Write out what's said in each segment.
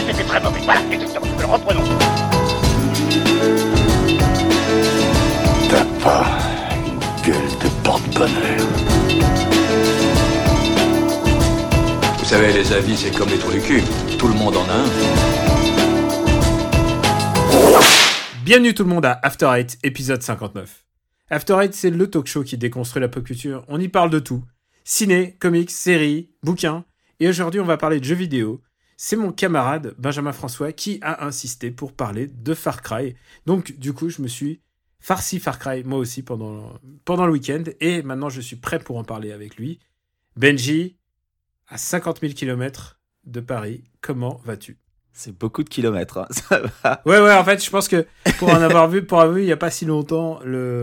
c'était très mauvais. Voilà, exactement. Alors reprenons. T'as pas une gueule de porte-bonheur. Vous savez, les avis, c'est comme les trous du cul. Tout le monde en a un. Bienvenue tout le monde à After Eight, épisode 59. After Eight, c'est le talk show qui déconstruit la pop culture. On y parle de tout. Ciné, comics, séries, bouquins. Et aujourd'hui, on va parler de jeux vidéo. C'est mon camarade, Benjamin François, qui a insisté pour parler de Far Cry. Donc, du coup, je me suis farci Far Cry, moi aussi, pendant le week-end. Et maintenant, je suis prêt pour en parler avec lui. Benji, à 50 000 km de Paris, comment vas-tu ? C'est beaucoup de kilomètres, hein. Ça va. Ouais, en fait, je pense que pour avoir vu il n'y a pas si longtemps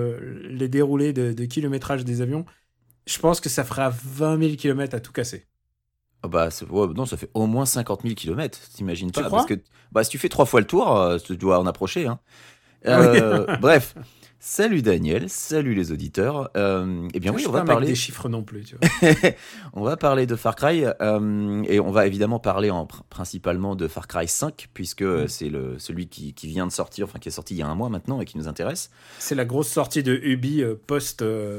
les déroulés de kilométrage des avions, je pense que ça fera 20 000 km à tout casser. Ah bah, non, ça fait au moins 50 000 kilomètres, t'imagines pas. Tu crois ? Parce que si tu fais 3 fois le tour, tu dois en approcher. Hein. Oui. Bref, salut Daniel, salut les auditeurs. Eh bien Je oui, suis on pas va un mec parler. des chiffres non plus, tu vois. On va parler de Far Cry et on va évidemment parler principalement de Far Cry 5 puisque c'est celui qui vient de sortir, enfin qui est sorti il y a un mois maintenant et qui nous intéresse. C'est la grosse sortie de Ubi post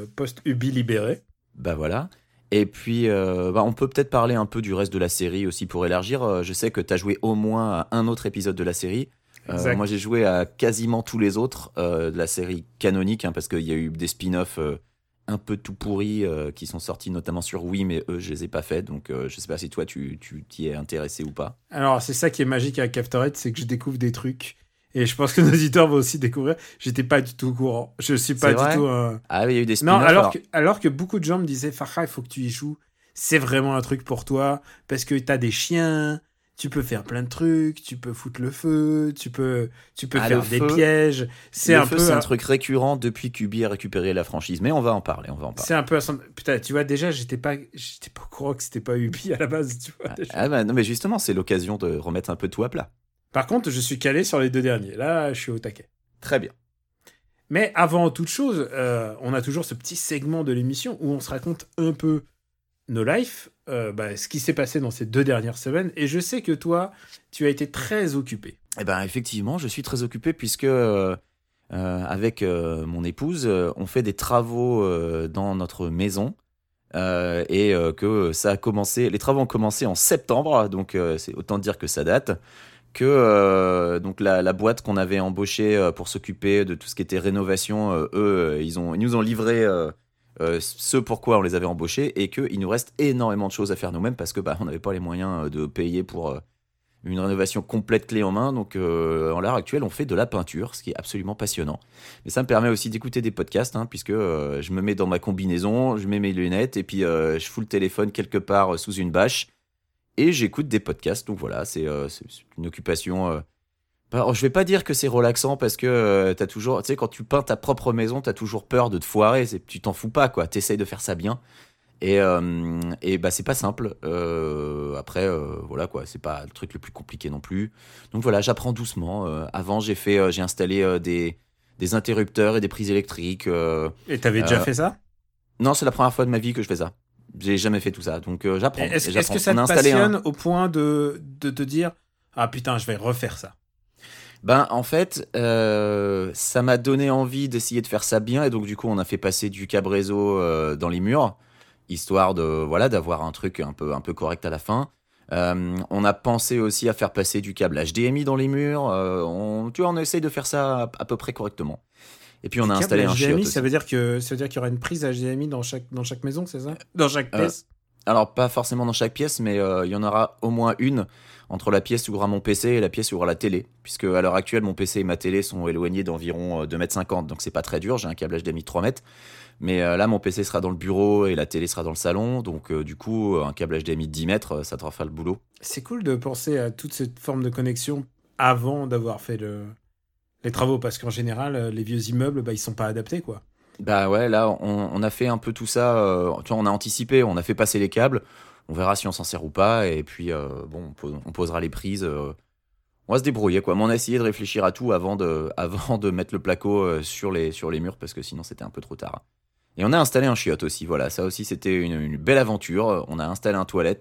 Ubi libéré. Bah voilà. Et puis, on peut peut-être parler un peu du reste de la série aussi pour élargir. Je sais que tu as joué au moins à un autre épisode de la série. Moi, j'ai joué à quasiment tous les autres de la série canonique, hein, parce qu'il y a eu des spin-offs un peu tout pourris qui sont sortis notamment sur Wii, mais eux, je les ai pas faits. Donc, je sais pas si toi, tu t'y es intéressé ou pas. Alors, c'est ça qui est magique avec After Eight, c'est que je découvre des trucs. Et je pense que nos auditeurs vont aussi découvrir. J'étais pas du tout au courant. Je suis pas C'est vrai du tout... Ah oui, il y a eu des Non, spin-offs. alors que beaucoup de gens me disaient Far Cry, il faut que tu y joues. C'est vraiment un truc pour toi. Parce que t'as des chiens, tu peux faire plein de trucs, tu peux foutre le feu, tu peux faire des pièges. C'est un truc récurrent depuis qu'Ubi a récupéré la franchise. Mais on va en parler. C'est un peu... Putain, tu vois, déjà, j'étais pas au courant que c'était pas Ubi à la base, tu vois. Non, mais justement, c'est l'occasion de remettre un peu tout à plat. Par contre, je suis calé sur les deux derniers. Là, je suis au taquet. Très bien. Mais avant toute chose, on a toujours ce petit segment de l'émission où on se raconte un peu nos lives, ce qui s'est passé dans ces 2 dernières semaines. Et je sais que toi, tu as été très occupé. Eh ben, effectivement, je suis très occupé puisque avec mon épouse, on fait des travaux dans notre maison et que ça a commencé. Les travaux ont commencé en septembre, donc c'est autant dire que ça date. Que donc la boîte qu'on avait embauchée pour s'occuper de tout ce qui était rénovation, ils nous ont livré ce pourquoi on les avait embauchés et qu'il nous reste énormément de choses à faire nous-mêmes parce que on n'avait pas les moyens de payer pour une rénovation complète clé en main. Donc en l'heure actuelle, on fait de la peinture, ce qui est absolument passionnant. Mais ça me permet aussi d'écouter des podcasts, hein, puisque je me mets dans ma combinaison, je mets mes lunettes et puis je fous le téléphone quelque part sous une bâche. Et j'écoute des podcasts, donc voilà, c'est une occupation. Je vais pas dire que c'est relaxant parce que t'as toujours, tu sais, quand tu peins ta propre maison, t'as toujours peur de te foirer. Tu t'en fous pas, quoi. T'essayes de faire ça bien. Et c'est pas simple. Après, voilà quoi, c'est pas le truc le plus compliqué non plus. Donc voilà, j'apprends doucement. Avant, j'ai installé des interrupteurs et des prises électriques. Et t'avais déjà fait ça ? Non, c'est la première fois de ma vie que je fais ça. J'ai jamais fait tout ça, donc j'apprends. Est-ce que ça te passionne au point de te dire « Ah putain, je vais refaire ça ». En fait, ça m'a donné envie d'essayer de faire ça bien, et donc du coup, on a fait passer du câble réseau dans les murs, histoire d'avoir un truc un peu correct à la fin. On a pensé aussi à faire passer du câble HDMI dans les murs. On essaye de faire ça à peu près correctement. Et puis on a installé un chiotte aussi. Ça veut dire qu'il y aura une prise HDMI dans chaque maison, c'est ça ? Dans chaque pièce ? Alors pas forcément dans chaque pièce, mais il y en aura au moins une entre la pièce où aura mon PC et la pièce où aura la télé. Puisque à l'heure actuelle, mon PC et ma télé sont éloignés d'environ 2,50 m, donc c'est pas très dur, j'ai un câble HDMI de 3 mètres. Mais là, mon PC sera dans le bureau et la télé sera dans le salon, donc du coup, un câble HDMI de 10 mètres, ça te fera le boulot. C'est cool de penser à toute cette forme de connexion avant d'avoir fait les travaux, parce qu'en général, les vieux immeubles, ils sont pas adaptés, quoi. Bah ouais, là, on a fait un peu tout ça. Tu vois, on a anticipé, on a fait passer les câbles. On verra si on s'en sert ou pas. Et puis, on posera les prises. On va se débrouiller, quoi. Mais on a essayé de réfléchir à tout avant de mettre le placo sur les murs, parce que sinon, c'était un peu trop tard. Et on a installé un chiotte aussi. Voilà, ça aussi, c'était une belle aventure. On a installé un toilette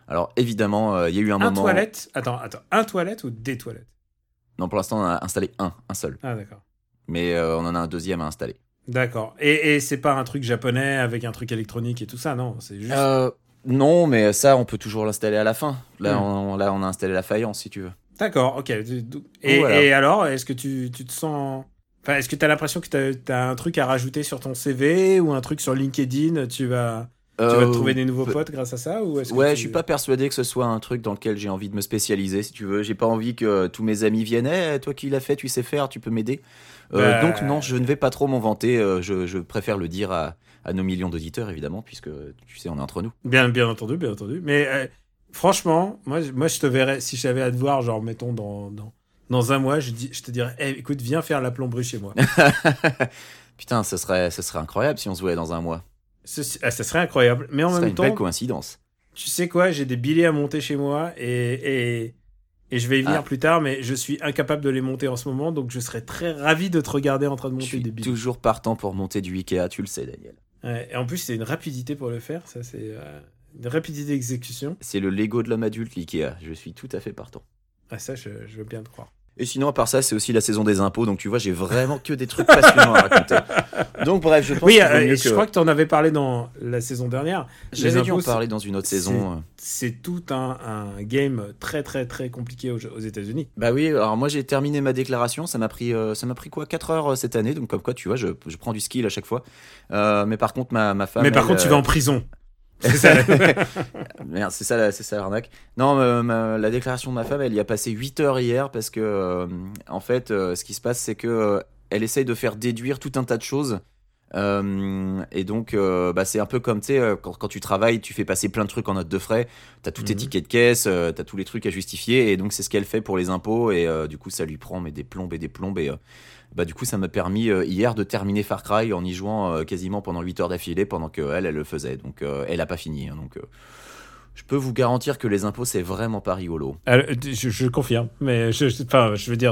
Alors évidemment, il y a eu un Un moment. toilette. Attends, un toilette ou des toilettes? Non, pour l'instant, on a installé un seul. Ah, d'accord. Mais on en a un deuxième à installer. D'accord. Et c'est pas un truc japonais avec un truc électronique et tout ça, non? C'est juste. Non, mais ça, on peut toujours l'installer à la fin. Là, Hmm. on a installé la faïence, si tu veux. D'accord, ok. Et, Voilà. et alors, est-ce que tu te sens. Enfin, est-ce que tu as l'impression que tu as un truc à rajouter sur ton CV ou un truc sur LinkedIn? Tu vas te trouver des nouveaux potes grâce à ça ou est-ce que Ouais, tu- je suis pas persuadé que ce soit un truc dans lequel j'ai envie de me spécialiser, si tu veux. J'ai pas envie que tous mes amis viennent. Toi qui l'as fait, tu sais faire, tu peux m'aider. Donc non, je ne vais pas trop m'en vanter. Je préfère le dire à nos millions d'auditeurs, évidemment, puisque tu sais, on est entre nous. Bien entendu, bien entendu. Mais franchement, moi, je te verrais, si j'avais à te voir, genre, mettons, dans un mois, je te dirais, écoute, viens faire la plomberie chez moi. Putain, ce serait incroyable si on se voyait dans un mois. Ça serait incroyable. Mais en Ce serait même une temps, belle coïncidence. tu sais quoi, j'ai des billets à monter chez moi et je vais y venir plus tard, mais je suis incapable de les monter en ce moment, donc je serais très ravi de te regarder en train de Je monter suis des billets. toujours partant pour monter du Ikea, tu le sais, Daniel. Ouais, et en plus, c'est une rapidité pour le faire, ça, c'est une rapidité d'exécution. C'est le Lego de l'homme adulte, l'Ikea. Je suis tout à fait partant. Ah, ça, je veux bien te croire. Et sinon, à part ça, c'est aussi la saison des impôts, donc tu vois, j'ai vraiment que des trucs passionnants à raconter. Donc bref, je pense Oui, qu'il vaut mieux je crois que tu en avais parlé dans la saison dernière. J'avais Les dû en impôts, parler dans une autre saison. c'est tout un game très, très, très compliqué aux États-Unis. Bah oui, alors moi j'ai terminé ma déclaration, ça m'a pris quoi 4 heures cette année, donc comme quoi tu vois, je prends du skill à chaque fois. Mais par contre, ma femme... Mais par contre, tu vas en prison. C'est ça. Merde, c'est ça l'arnaque. Non, la déclaration de ma femme, elle y a passé 8 heures hier parce que, en fait, ce qui se passe, c'est que elle essaye de faire déduire tout un tas de choses. Et donc, c'est un peu comme, tu sais, quand tu travailles, tu fais passer plein de trucs en note de frais. T'as tout tes tickets de caisse, t'as tous les trucs à justifier. Et donc, c'est ce qu'elle fait pour les impôts. Et du coup, ça lui prend des plombes et des plombes. Et du coup, ça m'a permis hier de terminer Far Cry en y jouant quasiment pendant 8 heures d'affilée pendant qu'elle le faisait. Donc, elle a pas fini. Hein, donc, je peux vous garantir que les impôts, c'est vraiment pas rigolo. Je confirme, mais je veux dire,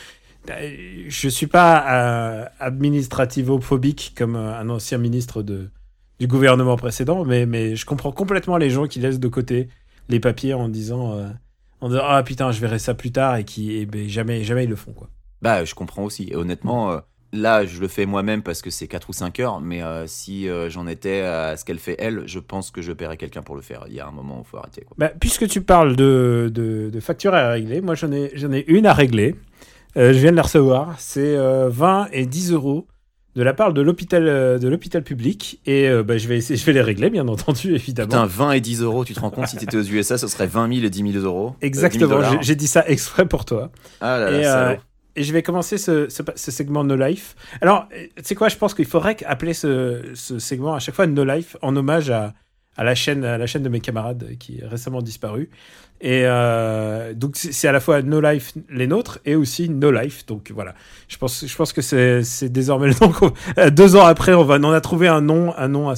je suis pas administrativo-phobique comme un ancien ministre du gouvernement précédent, mais je comprends complètement les gens qui laissent de côté les papiers en disant ah putain, je verrai ça plus tard et qui jamais ils le font, quoi. Bah, je comprends aussi. Et honnêtement, là, je le fais moi-même parce que c'est 4 ou 5 heures. Mais si j'en étais à ce qu'elle fait, elle, je pense que je paierais quelqu'un pour le faire. Il y a un moment où il faut arrêter, quoi. Bah, puisque tu parles de factures à régler, moi j'en ai une à régler. Je viens de la recevoir. C'est 20 et 10 euros de la part de l'hôpital public. Et je vais les régler, bien entendu, évidemment. Putain, 20 et 10 euros, tu te rends compte, si t'étais aux USA, ce serait 20 000 et 10 000 euros. Exactement, 10 000 j'ai dit ça exprès pour toi. Ah là là, salaud. Et je vais commencer ce segment No Life. Alors, tu sais quoi, je pense qu'il faudrait appeler ce segment à chaque fois No Life en hommage à la chaîne de mes camarades qui est récemment disparue. Et donc, c'est à la fois No Life les nôtres et aussi No Life. Donc voilà, je pense que c'est désormais le nom 2 ans après, on a trouvé un nom à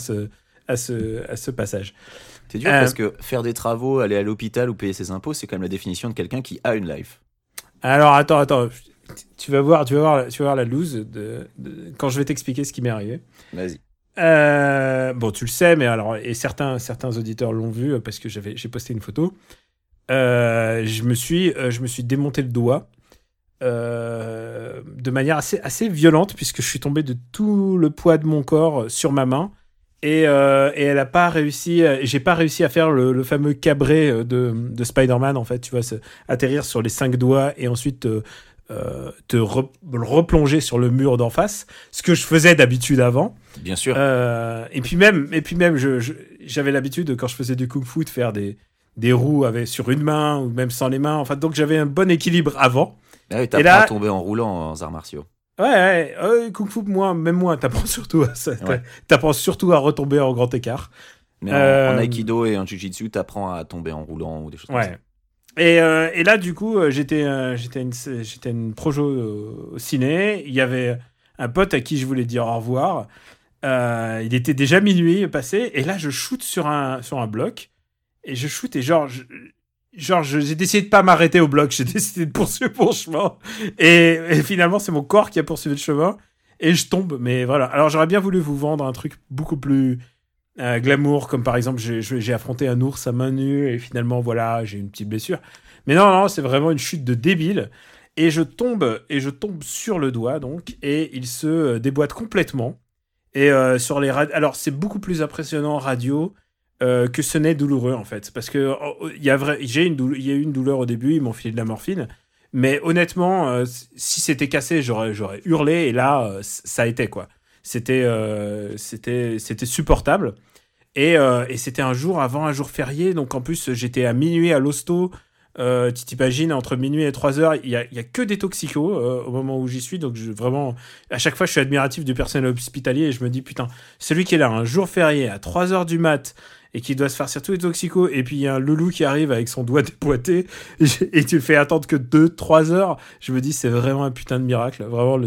ce passage. C'est dur parce que faire des travaux, aller à l'hôpital ou payer ses impôts, c'est quand même la définition de quelqu'un qui a une life. Alors, attends. Tu vas voir la loose quand je vais t'expliquer ce qui m'est arrivé. Vas-y. Bon, tu le sais, mais alors, et certains auditeurs l'ont vu parce que j'ai posté une photo. Je me suis démonté le doigt de manière assez violente puisque je suis tombé de tout le poids de mon corps sur ma main et elle a pas réussi. J'ai pas réussi à faire le fameux cabré de Spider-Man, en fait. Tu vois, atterrir sur les 5 doigts et ensuite te replonger sur le mur d'en face, ce que je faisais d'habitude avant. Bien sûr. Et puis même, j'avais l'habitude quand je faisais du kung-fu de faire des roues sur une main ou même sans les mains. Enfin, donc j'avais un bon équilibre avant. Ah oui, t'apprends à tomber en roulant en arts martiaux. Ouais, kung-fu, même moi, t'apprends surtout à ça. Ouais. T'apprends surtout à retomber en grand écart. Mais en aikido et en jiu-jitsu, t'apprends à tomber en roulant ou des choses comme ça. Et là, du coup, j'étais une projo au ciné. Il y avait un pote à qui je voulais dire au revoir. Il était déjà minuit passé. Et là, je shoot sur un bloc. Et je shoot et j'ai décidé de pas m'arrêter au bloc. J'ai décidé de poursuivre mon chemin. Et finalement, c'est mon corps qui a poursuivi le chemin. Et je tombe. Mais voilà. Alors, j'aurais bien voulu vous vendre un truc beaucoup plus glamour, comme par exemple j'ai affronté un ours à main nue et finalement voilà j'ai une petite blessure. Mais non, c'est vraiment une chute de débile. Et je tombe sur le doigt donc et il se déboîte complètement. Et sur les alors c'est beaucoup plus impressionnant en radio que ce n'est douloureux en fait, parce que il y a eu une douleur au début, ils m'ont filé de la morphine. Mais honnêtement, si c'était cassé, j'aurais hurlé et là ça a été quoi. C'était supportable. Et c'était un jour avant un jour férié, donc en plus j'étais à minuit à l'hosto. Tu t'imagines, entre minuit et 3h, il y a que des toxicos au moment où j'y suis, donc vraiment, à chaque fois je suis admiratif du personnel hospitalier et je me dis putain, celui qui est là un jour férié à 3h du mat et qui doit se faire tous les toxicos, et puis il y a un loulou qui arrive avec son doigt déboîté et tu le fais attendre que 2-3 heures, je me dis c'est vraiment un putain de miracle, vraiment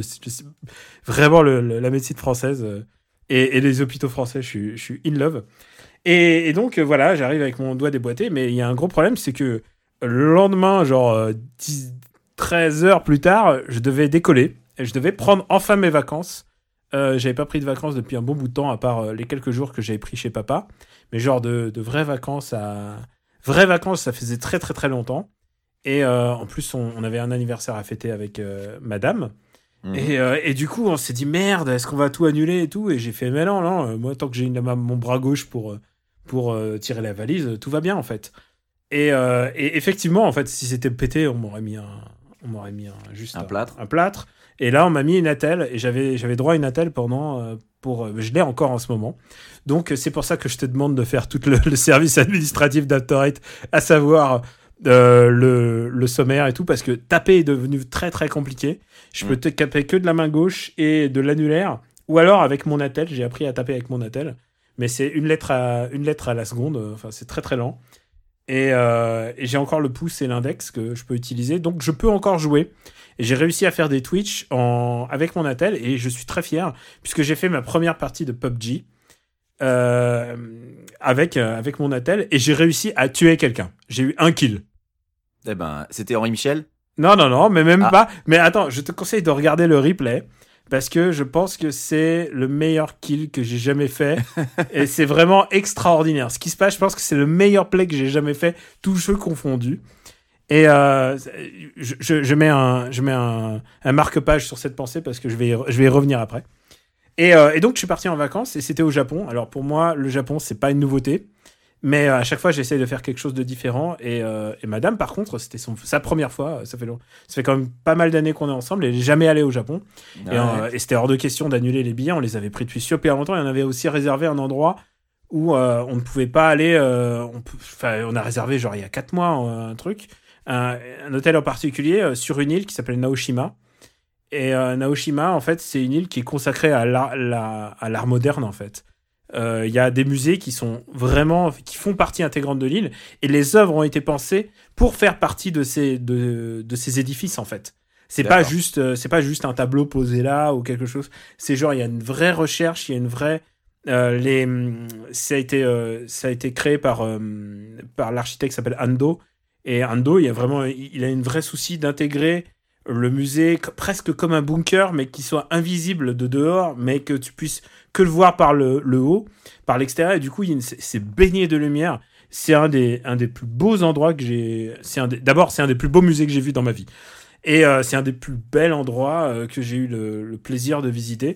la médecine française et les hôpitaux français, je suis in love. Et donc voilà, j'arrive avec mon doigt déboîté, mais il y a un gros problème, c'est que le lendemain, genre 13 heures plus tard, je devais décoller et je devais prendre enfin mes vacances. J'avais pas pris de vacances depuis un bon bout de temps, à part les quelques jours que j'avais pris chez papa. Mais genre de vraies vacances vraies vacances, ça faisait très très très longtemps. Et en plus, on avait un anniversaire à fêter avec madame. Mmh. Et du coup, on s'est dit merde, est-ce qu'on va tout annuler et tout? Et j'ai fait mais non, moi tant que j'ai mon bras gauche pour tirer la valise, tout va bien en fait. Et effectivement, en fait, si c'était pété, on m'aurait mis juste un plâtre. Un plâtre. Et là, on m'a mis une attelle et j'avais droit à une attelle je l'ai encore en ce moment. Donc, c'est pour ça que je te demande de faire tout le service administratif d'After Eight, à savoir le sommaire et tout, parce que taper est devenu très très compliqué. Je peux te taper que de la main gauche et de l'annulaire, ou alors avec mon attelle. J'ai appris à taper avec mon attelle, mais c'est une lettre à la seconde. Enfin, c'est très très lent. Et j'ai encore le pouce et l'index que je peux utiliser, donc je peux encore jouer. Et j'ai réussi à faire des Twitch avec mon attel, et je suis très fier, puisque j'ai fait ma première partie de PUBG avec mon attel, et j'ai réussi à tuer quelqu'un. J'ai eu un kill. Eh ben, c'était Henri Michel? Non, mais même pas. Mais attends, je te conseille de regarder le replay, parce que je pense que c'est le meilleur kill que j'ai jamais fait. Et c'est vraiment extraordinaire. Ce qui se passe, je pense que c'est le meilleur play que j'ai jamais fait, tous jeux confondus. Et je mets un marque-page sur cette pensée, parce que je vais y revenir après. Et donc, je suis parti en vacances, et c'était au Japon. Alors, pour moi, le Japon, c'est pas une nouveauté. Mais à chaque fois, j'essaye de faire quelque chose de différent. Et madame, par contre, c'était sa première fois. Ça fait quand même pas mal d'années qu'on est ensemble. Elle n'est jamais allée au Japon. Et c'était hors de question d'annuler les billets. On les avait pris depuis super longtemps. Et on avait aussi réservé un endroit où on ne pouvait pas aller. On a réservé, genre, il y a 4 mois, un truc. Un hôtel en particulier sur une île qui s'appelle Naoshima. Et Naoshima, en fait, c'est une île qui est consacrée à l'art moderne, en fait. Il y a des musées qui font partie intégrante de l'île, et les œuvres ont été pensées pour faire partie de ces édifices en fait. C'est pas juste un tableau posé là ou quelque chose. C'est genre il y a une vraie recherche, il y a une vraie ça a été créé par l'architecte qui s'appelle Ando, et Ando il a une vraie souci d'intégrer le musée presque comme un bunker, mais qui soit invisible de dehors, mais que tu puisses que le voir par le haut, par l'extérieur, et du coup, c'est baigné de lumière. C'est un des plus beaux endroits que j'ai... D'abord, c'est un des plus beaux musées que j'ai vu dans ma vie. Et c'est un des plus bels endroits que j'ai eu le plaisir de visiter.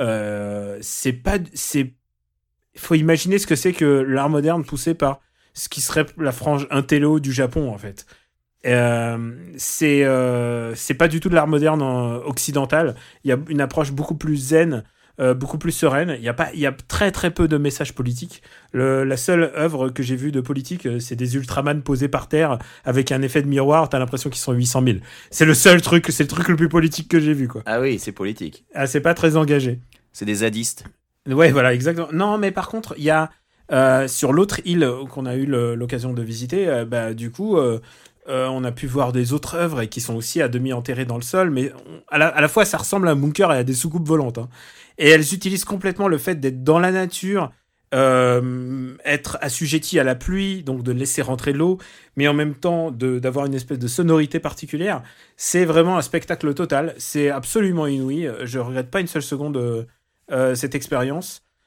Faut imaginer ce que c'est que l'art moderne poussé par ce qui serait la frange intello du Japon, en fait. C'est pas du tout de l'art moderne occidental. Il y a une approche beaucoup plus zen, beaucoup plus sereine. Il y a très très peu de messages politiques. La seule œuvre que j'ai vue de politique, c'est des Ultraman posés par terre avec un effet de miroir. T'as l'impression qu'ils sont 800 000. C'est le truc le plus politique que j'ai vu, quoi. Ah oui, c'est politique. Ah, c'est pas très engagé. C'est des zadistes. Ouais, voilà, exactement. Non, mais par contre, il y a sur l'autre île qu'on a eu l'occasion de visiter, du coup. On a pu voir des autres œuvres et qui sont aussi à demi enterrées dans le sol, mais à la fois ça ressemble à un bunker et à des soucoupes volantes. Hein. Et elles utilisent complètement le fait d'être dans la nature, être assujetti à la pluie, donc de laisser rentrer l'eau, mais en même temps d'avoir une espèce de sonorité particulière. C'est vraiment un spectacle total. C'est absolument inouï. Je regrette pas une seule seconde cette expérience.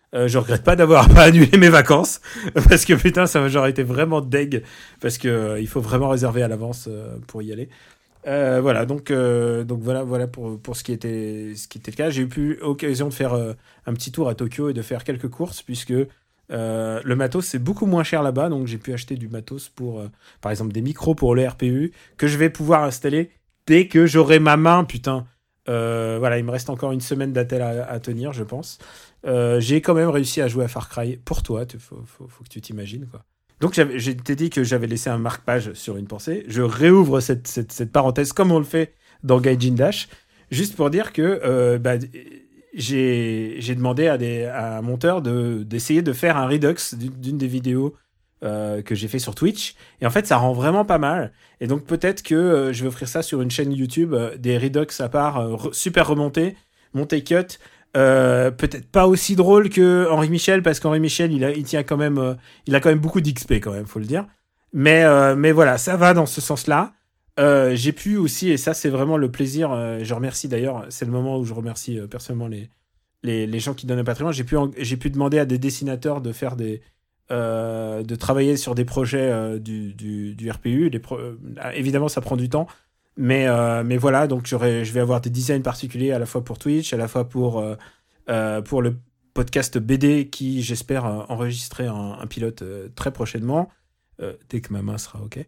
Je regrette pas d'avoir pas annulé mes vacances parce que putain, j'aurais été vraiment deg parce que il faut vraiment réserver à l'avance pour y aller. Voilà, donc voilà pour ce qui était le cas. J'ai eu l'occasion de faire un petit tour à Tokyo et de faire quelques courses puisque le matos c'est beaucoup moins cher là-bas, donc j'ai pu acheter du matos pour par exemple des micros pour le RPU que je vais pouvoir installer dès que j'aurai ma main. Putain, voilà, il me reste encore une semaine d'attel à tenir, je pense. J'ai quand même réussi à jouer à Far Cry pour toi. Faut que tu t'imagines, quoi. Donc j'ai dit que j'avais laissé un marque-page sur une pensée. Je réouvre cette parenthèse comme on le fait dans Gaijin Dash, juste pour dire que j'ai demandé à un monteur d'essayer de faire un Redux d'une des vidéos que j'ai fait sur Twitch. Et en fait, ça rend vraiment pas mal. Et donc peut-être que je vais offrir ça sur une chaîne YouTube, des Redux à part, super remontés, monté cut. Peut-être pas aussi drôle que Henri Michel parce qu'Henri Michel il tient quand même il a quand même beaucoup d'XP quand même, faut le dire, mais voilà, ça va dans ce sens là. J'ai pu aussi, et ça c'est vraiment le plaisir, je remercie d'ailleurs, c'est le moment où je remercie personnellement les gens qui donnent un Patreon. J'ai pu demander à des dessinateurs de faire de travailler sur des projets du RPU. Évidemment ça prend du temps. Mais voilà, donc je vais avoir des designs particuliers à la fois pour Twitch, à la fois pour le podcast BD qui, j'espère, enregistrer un pilote très prochainement, dès que ma main sera OK.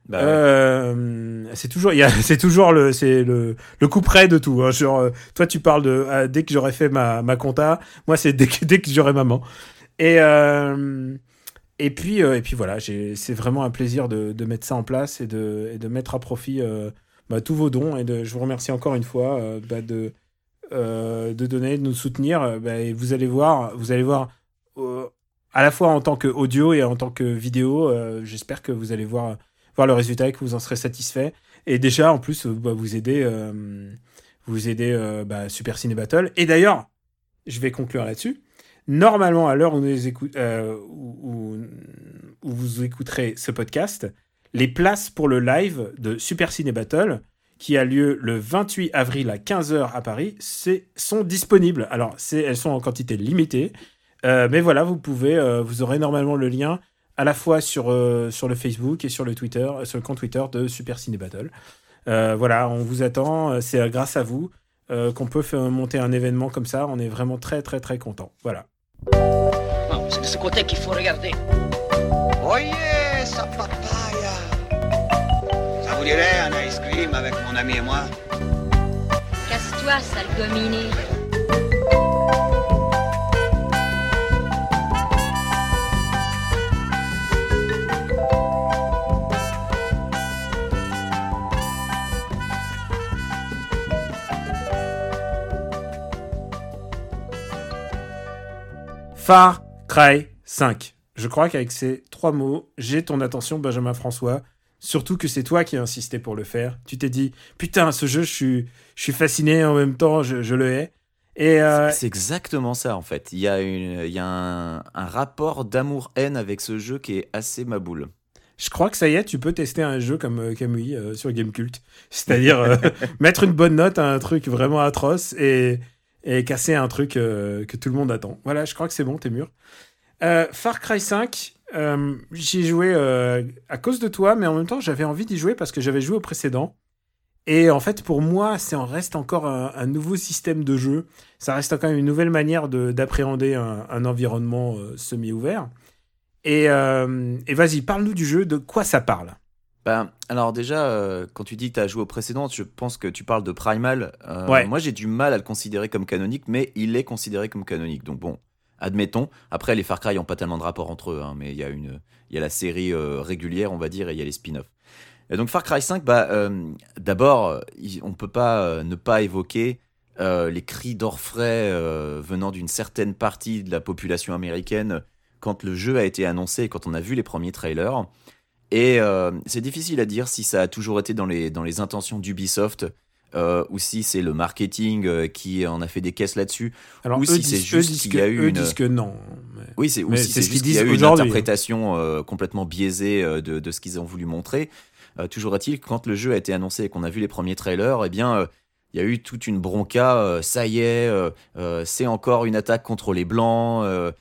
C'est toujours le coup près de tout. Hein. Genre, toi, tu parles de dès que j'aurai fait ma compta, moi, c'est dès que j'aurai maman. Et puis voilà, c'est vraiment un plaisir de mettre ça en place et de mettre à profit tous vos dons, et je vous remercie encore une fois de donner, de nous soutenir. Et vous allez voir à la fois en tant qu'audio et en tant que vidéo, j'espère que vous allez voir le résultat et que vous en serez satisfait. Et déjà, en plus, vous aider Super Ciné Battle. Et d'ailleurs, je vais conclure là-dessus. Normalement, à l'heure où vous écouterez ce podcast, les places pour le live de Super Ciné Battle, qui a lieu le 28 avril à 15h à Paris, sont disponibles. Alors, elles sont en quantité limitée, mais voilà, vous aurez normalement le lien à la fois sur le Facebook et sur le compte Twitter de Super Ciné Battle. Voilà, on vous attend. C'est grâce à vous qu'on peut faire monter un événement comme ça. On est vraiment très, très, très contents. Voilà. Non, c'est de ce côté qu'il faut regarder. Oyez, sa papaya. Ça vous dirait un ice cream avec mon ami et moi? Casse-toi, sale gominé. Far Cry 5. Je crois qu'avec ces 3 mots, j'ai ton attention, Benjamin François. Surtout que c'est toi qui as insisté pour le faire. Tu t'es dit, putain, ce jeu, je suis fasciné, en même temps, je le hais. Et c'est exactement ça, en fait. Il y a un rapport d'amour-haine avec ce jeu qui est assez ma boule. Je crois que ça y est, tu peux tester un jeu comme Kamui sur Gamecult. C'est-à-dire mettre une bonne note à un truc vraiment atroce et casser un truc que tout le monde attend. Voilà, je crois que c'est bon, t'es mûr. Far Cry 5, j'y ai joué à cause de toi, mais en même temps, j'avais envie d'y jouer parce que j'avais joué au précédent. Et en fait, pour moi, ça reste encore un nouveau système de jeu. Ça reste quand même une nouvelle manière d'appréhender un environnement semi-ouvert. Et vas-y, parle-nous du jeu, de quoi ça parle. Alors déjà, quand tu dis que tu as joué au précédent, je pense que tu parles de Primal. Ouais. Moi, j'ai du mal à le considérer comme canonique, mais il est considéré comme canonique. Donc bon, admettons. Après, les Far Cry n'ont pas tellement de rapport entre eux, hein, mais il y a la série régulière, on va dire, et il y a les spin-offs. Et donc Far Cry 5, d'abord, on peut pas ne pas évoquer les cris d'orfraie venant d'une certaine partie de la population américaine quand le jeu a été annoncé et quand on a vu les premiers trailers. Et c'est difficile à dire si ça a toujours été dans les intentions d'Ubisoft ou si c'est le marketing qui en a fait des caisses là-dessus. Alors, ou si c'est juste qu'il y a eu eux disent que non. Oui, c'est juste qu'il y a eu une interprétation complètement biaisée de ce qu'ils ont voulu montrer. Toujours est-il que quand le jeu a été annoncé et qu'on a vu les premiers trailers, eh bien, il il y a eu toute une bronca. Ça y est, c'est encore une attaque contre les blancs.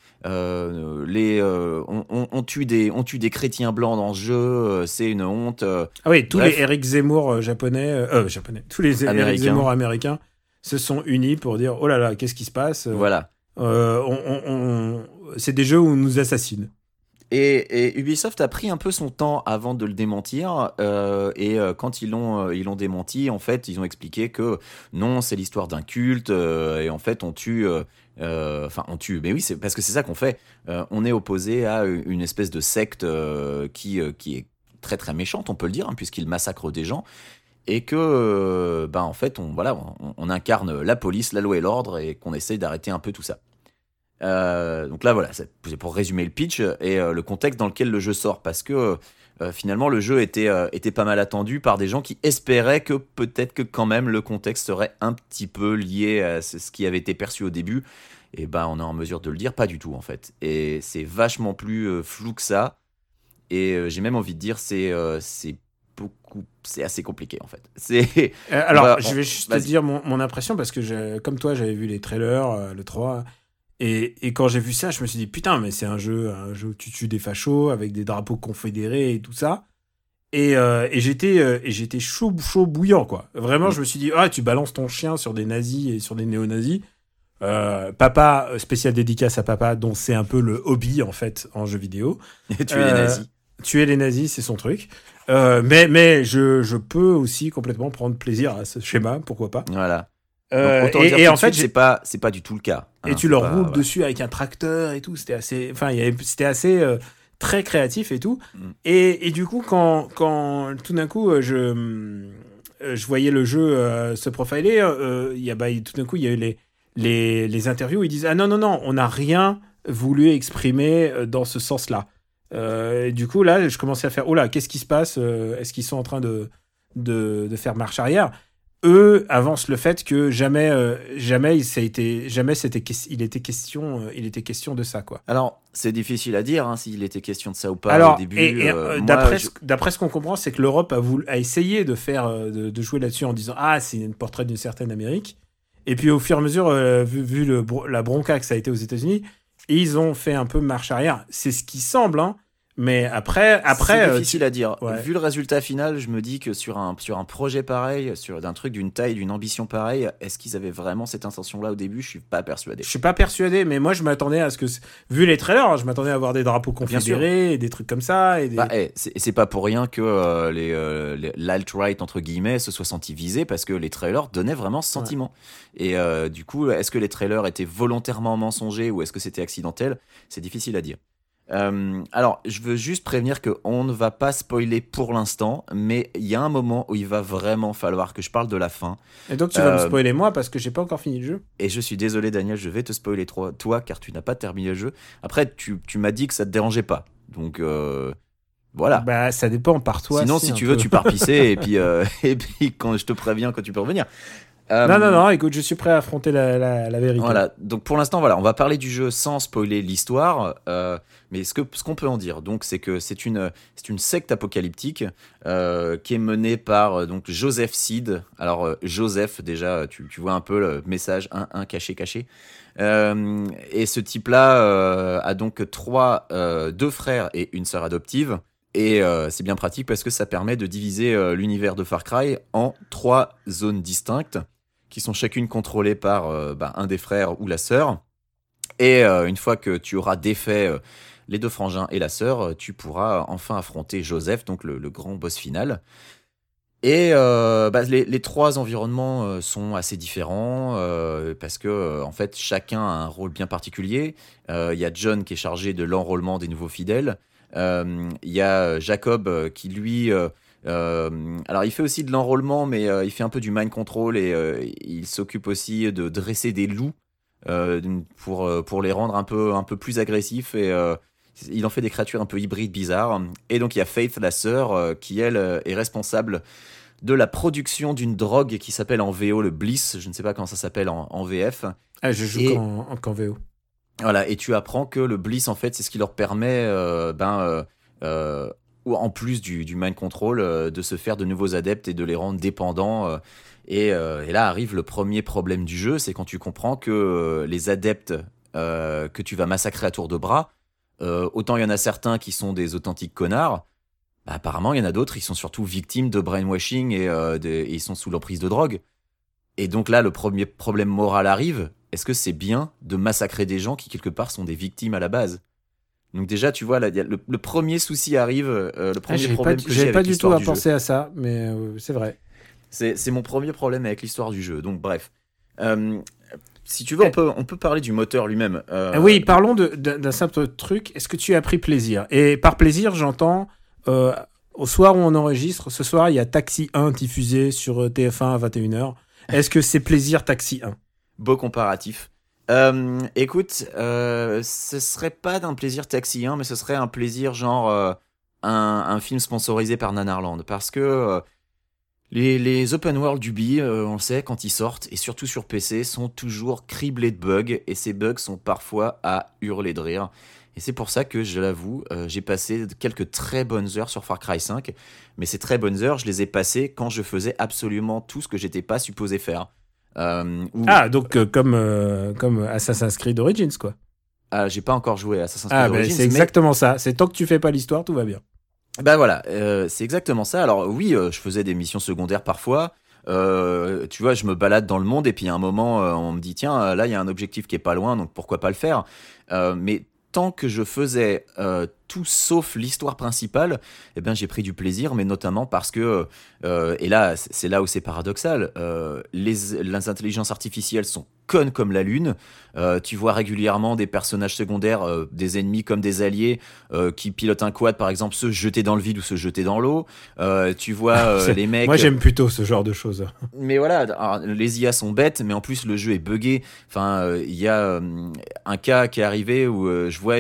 On tue des chrétiens blancs dans ce jeu. C'est une honte. Ah oui, tous Bref. les Eric Zemmour japonais, tous les Eric Américains. Zemmour américains se sont unis pour dire oh là là, qu'est-ce qui se passe Voilà. C'est des jeux où on nous assassine. Et Ubisoft a pris un peu son temps avant de le démentir. Quand ils l'ont démenti, en fait, ils ont expliqué que non, c'est l'histoire d'un culte. Et en fait, on tue. On tue. Mais oui, c'est parce que c'est ça qu'on fait. On est opposé à une espèce de secte qui est très très méchante, on peut le dire, hein, puisqu'ils massacrent des gens. Et que, en fait, on incarne la police, la loi et l'ordre, et qu'on essaye d'arrêter un peu tout ça. Donc là, voilà, c'est pour résumer le pitch et le contexte dans lequel le jeu sort, parce que finalement, le jeu était pas mal attendu par des gens qui espéraient que peut-être que quand même le contexte serait un petit peu lié à ce qui avait été perçu au début. Et on est en mesure de le dire, pas du tout en fait. Et c'est vachement plus flou que ça. Et j'ai même envie de dire, c'est assez compliqué en fait. Alors, je vais juste te vas-y. dire mon impression, parce que comme toi, j'avais vu les trailers, le 3, et quand j'ai vu ça, je me suis dit, putain, mais c'est un jeu où tu tues des fachos avec des drapeaux confédérés et tout ça. Et j'étais chaud bouillant, quoi. Vraiment, je me suis dit, tu balances ton chien sur des nazis et sur des néo-nazis. Papa, spécial dédicace à papa, dont c'est un peu le hobby, en fait, en jeu vidéo. Tuer les nazis. Tuer les nazis, c'est son truc. Mais je peux aussi complètement prendre plaisir à ce schéma, pourquoi pas. Voilà. Donc, autant dire et tout en de fait, suite, c'est pas du tout le cas. et hein, tu c'est leur pas- roules voilà. dessus avec un tracteur et tout. C'était assez très créatif et tout. Mm. Et du coup, quand tout d'un coup, je voyais le jeu se profiler, tout d'un coup, il y a eu les interviews où ils disent, ah non, on n'a rien voulu exprimer dans ce sens-là. Et du coup, là, je commençais à faire, oh là, qu'est-ce qui se passe? Est-ce qu'ils sont en train de faire marche arrière? Eux avancent le fait que jamais il était question de ça, quoi. Alors, c'est difficile à dire hein, s'il était question de ça ou pas Alors, au début. Moi, d'après ce qu'on comprend, c'est que l'Europe a essayé de faire de jouer là-dessus en disant c'est un portrait d'une certaine Amérique. Et puis au fur et à mesure, vu la bronca que ça a été aux États-Unis, ils ont fait un peu marche arrière. C'est ce qui semble, hein. Mais après, c'est difficile à dire. ouais. Vu le résultat final, je me dis que sur un projet pareil, d'un truc d'une taille, d'une ambition pareille, est-ce qu'ils avaient vraiment cette intention-là au début? Je suis pas persuadé. je suis pas persuadé, mais moi je m'attendais à ce que, vu les trailers, hein, je m'attendais à avoir des drapeaux sûr. confédérés et des trucs comme ça. Et C'est pas pour rien que l'alt-right entre guillemets se soit senti visé, parce que les trailers donnaient vraiment ce sentiment. Et du coup, est-ce que les trailers étaient volontairement mensongers ou est-ce que c'était accidentel? C'est difficile à dire. Alors, je veux juste prévenir qu'on ne va pas spoiler pour l'instant, mais il y a un moment où il va vraiment falloir que je parle de la fin. Et donc tu vas me spoiler moi parce que j'ai pas encore fini le jeu. Et je suis désolé, Daniel, je vais te spoiler toi, car tu n'as pas terminé le jeu. Après, tu m'as dit que ça te dérangeait pas. Donc, voilà. Bah, ça dépend par toi. Sinon, si tu veux, tu pars pisser et puis quand je te préviens quand tu peux revenir. Non, écoute, je suis prêt à affronter la vérité. Voilà, donc pour l'instant, voilà, on va parler du jeu sans spoiler l'histoire, mais ce qu'on peut en dire, donc, c'est que c'est une secte apocalyptique qui est menée par donc Joseph Seed. Alors Joseph, déjà, tu vois un peu le message, un caché. Et ce type-là a donc deux frères et une sœur adoptive. Et c'est bien pratique parce que ça permet de diviser l'univers de Far Cry en 3 zones distinctes qui sont chacune contrôlées par un des frères ou la sœur. Et une fois que tu auras défait les deux frangins et la sœur, tu pourras enfin affronter Joseph, donc le grand boss final. Et les 3 environnements sont assez différents parce que en fait chacun a un rôle bien particulier. Il y a John qui est chargé de l'enrôlement des nouveaux fidèles. Il y a Jacob qui lui alors il fait aussi de l'enrôlement, mais il fait un peu du mind control et il s'occupe aussi de dresser des loups pour les rendre un peu plus agressifs, et il en fait des créatures un peu hybrides bizarres. Et donc il y a Faith, la sœur, qui elle est responsable de la production d'une drogue qui s'appelle en VO le Bliss. Je ne sais pas comment ça s'appelle en VF. Je joue qu'en VO. Voilà, et tu apprends que le Bliss, en fait, c'est ce qui leur permet, ou en plus du mind control, de se faire de nouveaux adeptes et de les rendre dépendants. Et là arrive le premier problème du jeu, c'est quand tu comprends que les adeptes que tu vas massacrer à tour de bras, autant il y en a certains qui sont des authentiques connards, bah, apparemment il y en a d'autres, ils sont surtout victimes de brainwashing et ils sont sous l'emprise de drogue. Et donc là, le premier problème moral arrive, est-ce que c'est bien de massacrer des gens qui quelque part sont des victimes à la base ? Donc déjà, tu vois, là, le premier souci arrive, le premier problème que j'ai j'avais avec pas du tout l'histoire à du penser jeu. à ça, mais c'est vrai. C'est mon premier problème avec l'histoire du jeu. Donc bref. Si tu veux, on peut parler du moteur lui-même. Oui, parlons d'un simple truc. Est-ce que tu as pris plaisir ? Et par plaisir, j'entends, au soir où on enregistre, ce soir, il y a Taxi 1 diffusé sur TF1 à 21h. Est-ce que c'est plaisir Taxi 1 ? Beau comparatif. Écoute, ce serait pas d'un plaisir Taxi 1, mais ce serait un plaisir genre un film sponsorisé par Nanarland. Parce que les open world d'Ubi, on le sait, quand ils sortent, et surtout sur PC, sont toujours criblés de bugs, et ces bugs sont parfois à hurler de rire. Et c'est pour ça que, je l'avoue, j'ai passé quelques très bonnes heures sur Far Cry 5, mais ces très bonnes heures, je les ai passées quand je faisais absolument tout ce que j'étais pas supposé faire. Donc comme Assassin's Creed Origins, quoi. J'ai pas encore joué à Assassin's Creed Origins. C'est exactement ça. C'est tant que tu fais pas l'histoire, tout va bien. Bah voilà, c'est exactement ça. Alors oui, je faisais des missions secondaires parfois. Tu vois, je me balade dans le monde et puis à un moment, on me dit tiens, là il y a un objectif qui est pas loin, donc pourquoi pas le faire. Mais tant que je faisais tout sauf l'histoire principale, eh ben j'ai pris du plaisir, mais notamment parce que et là c'est là où c'est paradoxal. Les intelligences artificielles sont connes comme la lune. Tu vois régulièrement des personnages secondaires, des ennemis comme des alliés, qui pilotent un quad par exemple, se jeter dans le vide ou se jeter dans l'eau. Tu vois les mecs. Moi j'aime plutôt ce genre de choses. Mais voilà, alors, les IA sont bêtes, mais en plus le jeu est buggé. Enfin, il y a un cas qui est arrivé où je vois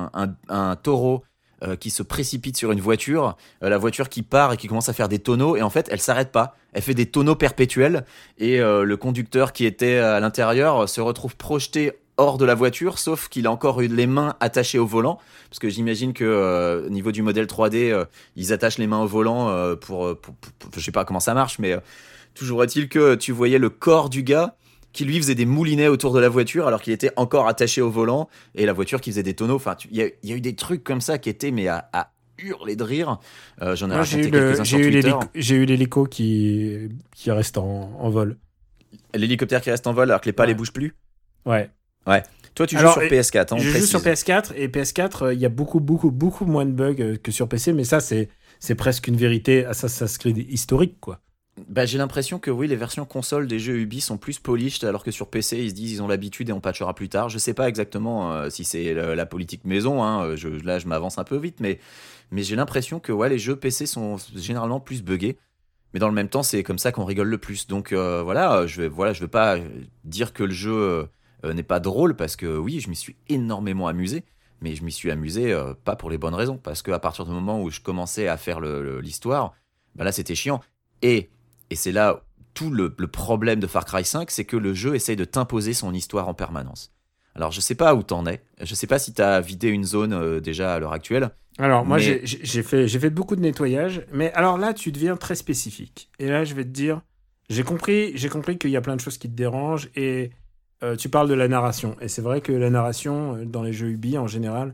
un taureau qui se précipite sur une voiture, la voiture qui part et qui commence à faire des tonneaux, et en fait elle s'arrête pas, elle fait des tonneaux perpétuels, et le conducteur qui était à l'intérieur se retrouve projeté hors de la voiture, sauf qu'il a encore eu les mains attachées au volant, parce que j'imagine que au niveau du modèle 3D, ils attachent les mains au volant pour je sais pas comment ça marche, mais toujours est-il que tu voyais le corps du gars qui lui faisait des moulinets autour de la voiture alors qu'il était encore attaché au volant, et la voiture qui faisait des tonneaux. Enfin, il y a eu des trucs comme ça qui étaient mais à hurler de rire. J'en ai raconté quelques-uns sur Twitter. J'ai eu l'hélico qui reste en vol. L'hélicoptère qui reste en vol alors que les pales ne bougent plus. Ouais. Toi, tu joues sur PS4. Hein, je joue sur PS4, et PS4, il y a beaucoup moins de bugs que sur PC, mais ça, c'est presque une vérité Assassin's Creed historique, quoi. Bah, j'ai l'impression que oui, les versions console des jeux Ubi sont plus polished, alors que sur PC ils se disent ils ont l'habitude et on patchera plus tard. Je sais pas exactement si c'est la politique maison, hein. Là je m'avance un peu vite, mais j'ai l'impression que ouais, les jeux PC sont généralement plus buggés. Mais dans le même temps, c'est comme ça qu'on rigole le plus. Donc je veux pas dire que le jeu n'est pas drôle, parce que oui, je m'y suis énormément amusé, mais je m'y suis amusé pas pour les bonnes raisons, parce qu'à partir du moment où je commençais à faire l'histoire, bah là c'était chiant. Et c'est là tout le problème de Far Cry 5, c'est que le jeu essaye de t'imposer son histoire en permanence. Alors je sais pas où t'en es, je sais pas si t'as vidé une zone déjà à l'heure actuelle. Alors moi j'ai fait beaucoup de nettoyage, mais alors là tu deviens très spécifique. Et là je vais te dire, j'ai compris qu'il y a plein de choses qui te dérangent, et tu parles de la narration. Et c'est vrai que la narration dans les jeux Ubi en général,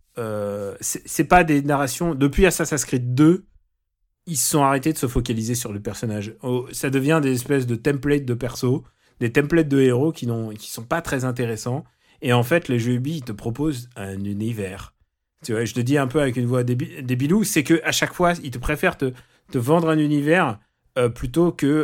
c'est pas des narrations. Depuis Assassin's Creed 2, ils se sont arrêtés de se focaliser sur le personnage. Ça devient des espèces de templates de persos, des templates de héros qui sont pas très intéressants. Et en fait, les jeux Ubi, ils te proposent un univers. Tu vois, je te dis un peu avec une voix débilou, c'est que à chaque fois, ils te préfèrent te vendre un univers plutôt que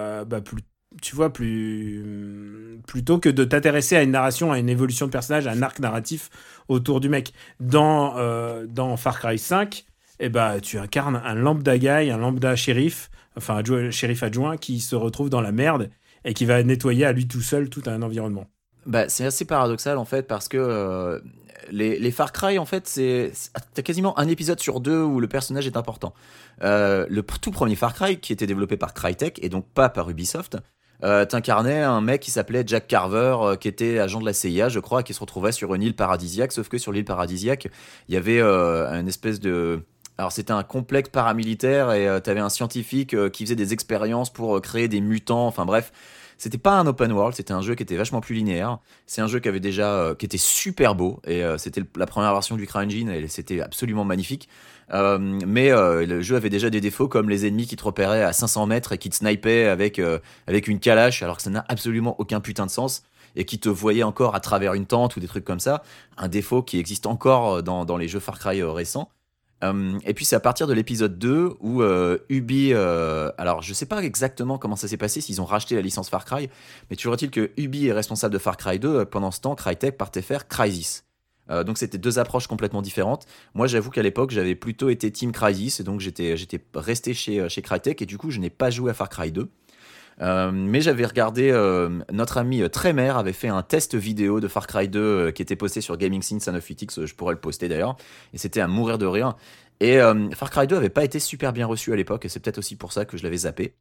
plutôt que de t'intéresser à une narration, à une évolution de personnage, à un arc narratif autour du mec. Dans Far Cry 5, tu incarnes un lambda guy, un lambda shérif, enfin shérif adjoint qui se retrouve dans la merde et qui va nettoyer à lui tout seul tout un environnement. Bah, c'est assez paradoxal en fait, parce que les Far Cry en fait, t'as quasiment un épisode sur 2 où le personnage est important. Le tout premier Far Cry, qui était développé par Crytek et donc pas par Ubisoft, t'incarnais un mec qui s'appelait Jack Carver, qui était agent de la CIA, je crois, qui se retrouvait sur une île paradisiaque, sauf que sur l'île paradisiaque, il y avait une espèce de Alors c'était un complexe paramilitaire et t'avais un scientifique qui faisait des expériences pour créer des mutants. Enfin bref, c'était pas un open world, c'était un jeu qui était vachement plus linéaire. C'est un jeu qui avait déjà, qui était super beau et c'était la première version du CryEngine et c'était absolument magnifique. Mais le jeu avait déjà des défauts comme les ennemis qui te repéraient à 500 mètres et qui te snipaient avec une calache alors que ça n'a absolument aucun putain de sens et qui te voyaient encore à travers une tente ou des trucs comme ça. Un défaut qui existe encore dans les jeux Far Cry récents. Et puis c'est à partir de l'épisode 2 où Ubi, alors je sais pas exactement comment ça s'est passé, s'ils ont racheté la licence Far Cry, mais toujours est-il que Ubi est responsable de Far Cry 2, pendant ce temps Crytek partait faire Crysis. Donc c'était deux approches complètement différentes. Moi j'avoue qu'à l'époque j'avais plutôt été Team Crysis, et donc j'étais resté chez Crytek, et du coup je n'ai pas joué à Far Cry 2. Mais j'avais regardé, notre ami Tremer avait fait un test vidéo de Far Cry 2 qui était posté sur Gaming Scene 9 je pourrais le poster d'ailleurs, et c'était à mourir de rire. Et Far Cry 2 avait pas été super bien reçu à l'époque, et c'est peut-être aussi pour ça que je l'avais zappé.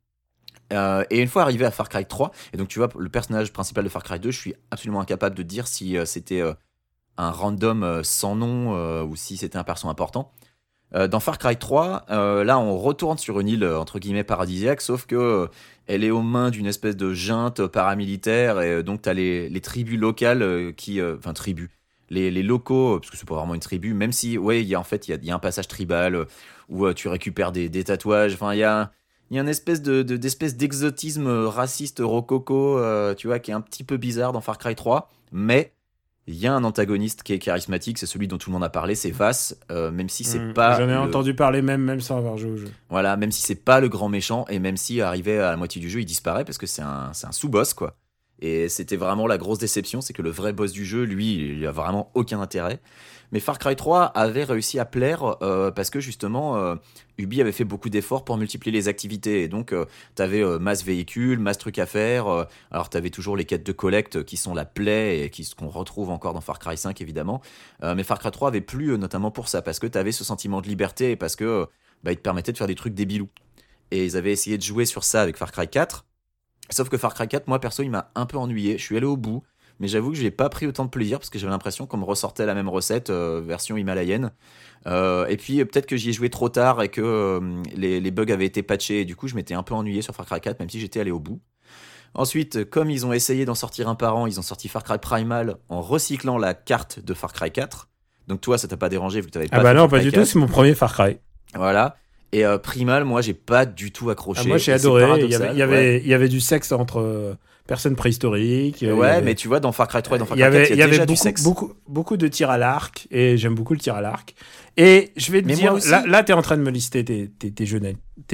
Et une fois arrivé à Far Cry 3, et donc tu vois, le personnage principal de Far Cry 2, je suis absolument incapable de dire si c'était un random sans nom ou si c'était un perso important. Dans Far Cry 3, là on retourne sur une île entre guillemets paradisiaque, sauf que elle est aux mains d'une espèce de junte paramilitaire, et donc t'as les tribus locales enfin tribus, les locaux, parce que c'est pas vraiment une tribu, même si ouais il y a un passage tribal où tu récupères des tatouages, enfin il y a une espèce d'espèce d'exotisme raciste rococo, tu vois, qui est un petit peu bizarre dans Far Cry 3, mais il y a un antagoniste qui est charismatique, c'est celui dont tout le monde a parlé, c'est Vaas, même si c'est pas... J'en ai entendu parler même sans avoir joué au jeu. Voilà, même si c'est pas le grand méchant, et même si arrivé à la moitié du jeu, il disparaît, parce que c'est un sous-boss, quoi. Et c'était vraiment la grosse déception, c'est que le vrai boss du jeu, lui, il a vraiment aucun intérêt. Mais Far Cry 3 avait réussi à plaire parce que justement, Ubi avait fait beaucoup d'efforts pour multiplier les activités. Et donc, t'avais masse véhicules, masse trucs à faire. Alors, t'avais toujours les quêtes de collecte qui sont la plaie et qu'on retrouve encore dans Far Cry 5, évidemment. Mais Far Cry 3 avait plu notamment pour ça, parce que t'avais ce sentiment de liberté et parce que il te permettait de faire des trucs débilous. Et ils avaient essayé de jouer sur ça avec Far Cry 4. Sauf que Far Cry 4, moi perso, il m'a un peu ennuyé. Je suis allé au bout, mais j'avoue que je n'ai pas pris autant de plaisir parce que j'avais l'impression qu'on me ressortait la même recette, version himalayenne. Et puis peut-être que j'y ai joué trop tard et que les bugs avaient été patchés, et du coup je m'étais un peu ennuyé sur Far Cry 4, même si j'étais allé au bout. Ensuite, comme ils ont essayé d'en sortir un par an, ils ont sorti Far Cry Primal en recyclant la carte de Far Cry 4. Donc toi, ça t'a pas dérangé vu que t'avais pas fait Ah bah non, Far pas Cry du 4. tout, c'est mon premier Far Cry. Voilà. Et Primal, moi, j'ai pas du tout accroché. Moi, j'ai Et c'est adoré. paradoxal, Il y avait du sexe entre personnes préhistoriques. Ouais, mais tu vois, dans Far Cry 3 et dans Far Cry 4, il y avait déjà du beaucoup, sexe. beaucoup de tirs à l'arc, et j'aime beaucoup le tir à l'arc. Et je vais te Mais dire, moi aussi. là, t'es en train de me lister tes jeux,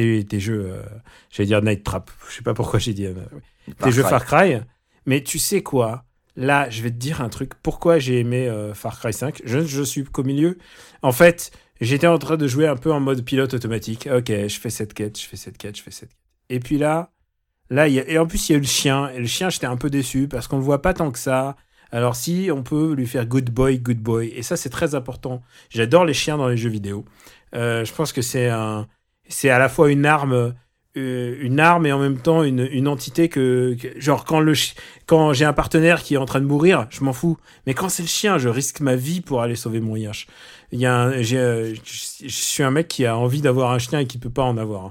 j'allais dire Night Trap. Je sais pas pourquoi j'ai dit tes jeux Far Cry. Mais tu sais quoi? Là, je vais te dire un truc. Pourquoi j'ai aimé Far Cry 5? Je suis qu'au milieu. En fait, j'étais en train de jouer un peu en mode pilote automatique. Ok, je fais cette quête. Et puis là, et en plus, il y a eu le chien. Et le chien, j'étais un peu déçu parce qu'on le voit pas tant que ça. Alors si on peut lui faire good boy. Et ça, c'est très important. J'adore les chiens dans les jeux vidéo. Je pense que c'est à la fois une arme et en même temps une entité que genre quand j'ai un partenaire qui est en train de mourir, je m'en fous. Mais quand c'est le chien, je risque ma vie pour aller sauver mon yinche. Je suis un mec qui a envie d'avoir un chien et qui peut pas en avoir.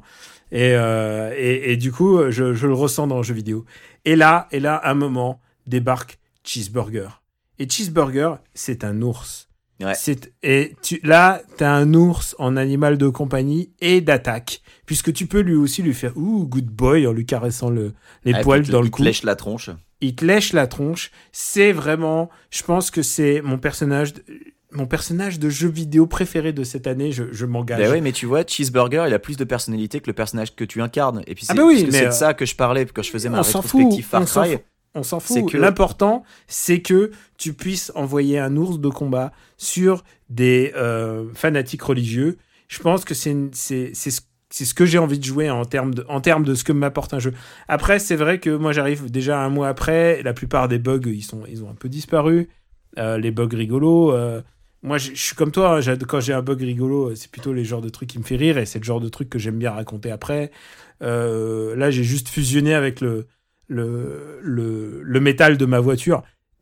Et du coup, je le ressens dans le jeu vidéo. Et là, à un moment, débarque Cheeseburger. Et Cheeseburger, c'est un ours. Ouais. Là, t'as un ours en animal de compagnie et d'attaque, puisque tu peux lui aussi lui faire good boy en lui caressant les poils dans le cou. Il te lèche la tronche. Il te lèche la tronche. C'est vraiment, je pense que c'est mon personnage de jeu vidéo préféré de cette année. Je m'engage. Ben oui, mais tu vois, Cheeseburger, il a plus de personnalité que le personnage que tu incarnes. Et puis c'est de ça que je parlais quand je faisais ma rétrospective Far Cry. On s'en fout. L'important, c'est que tu puisses envoyer un ours de combat sur des fanatiques religieux. Je pense que c'est ce que j'ai envie de jouer en termes de ce que m'apporte un jeu. Après, c'est vrai que moi, j'arrive déjà un mois après. La plupart des bugs, ils ont un peu disparu. Les bugs rigolos. Moi, je suis comme toi. Quand j'ai un bug rigolo, c'est plutôt les genres de trucs qui me fait rire, et c'est le genre de trucs que j'aime bien raconter après. Là, j'ai juste fusionné avec le métal de ma voiture.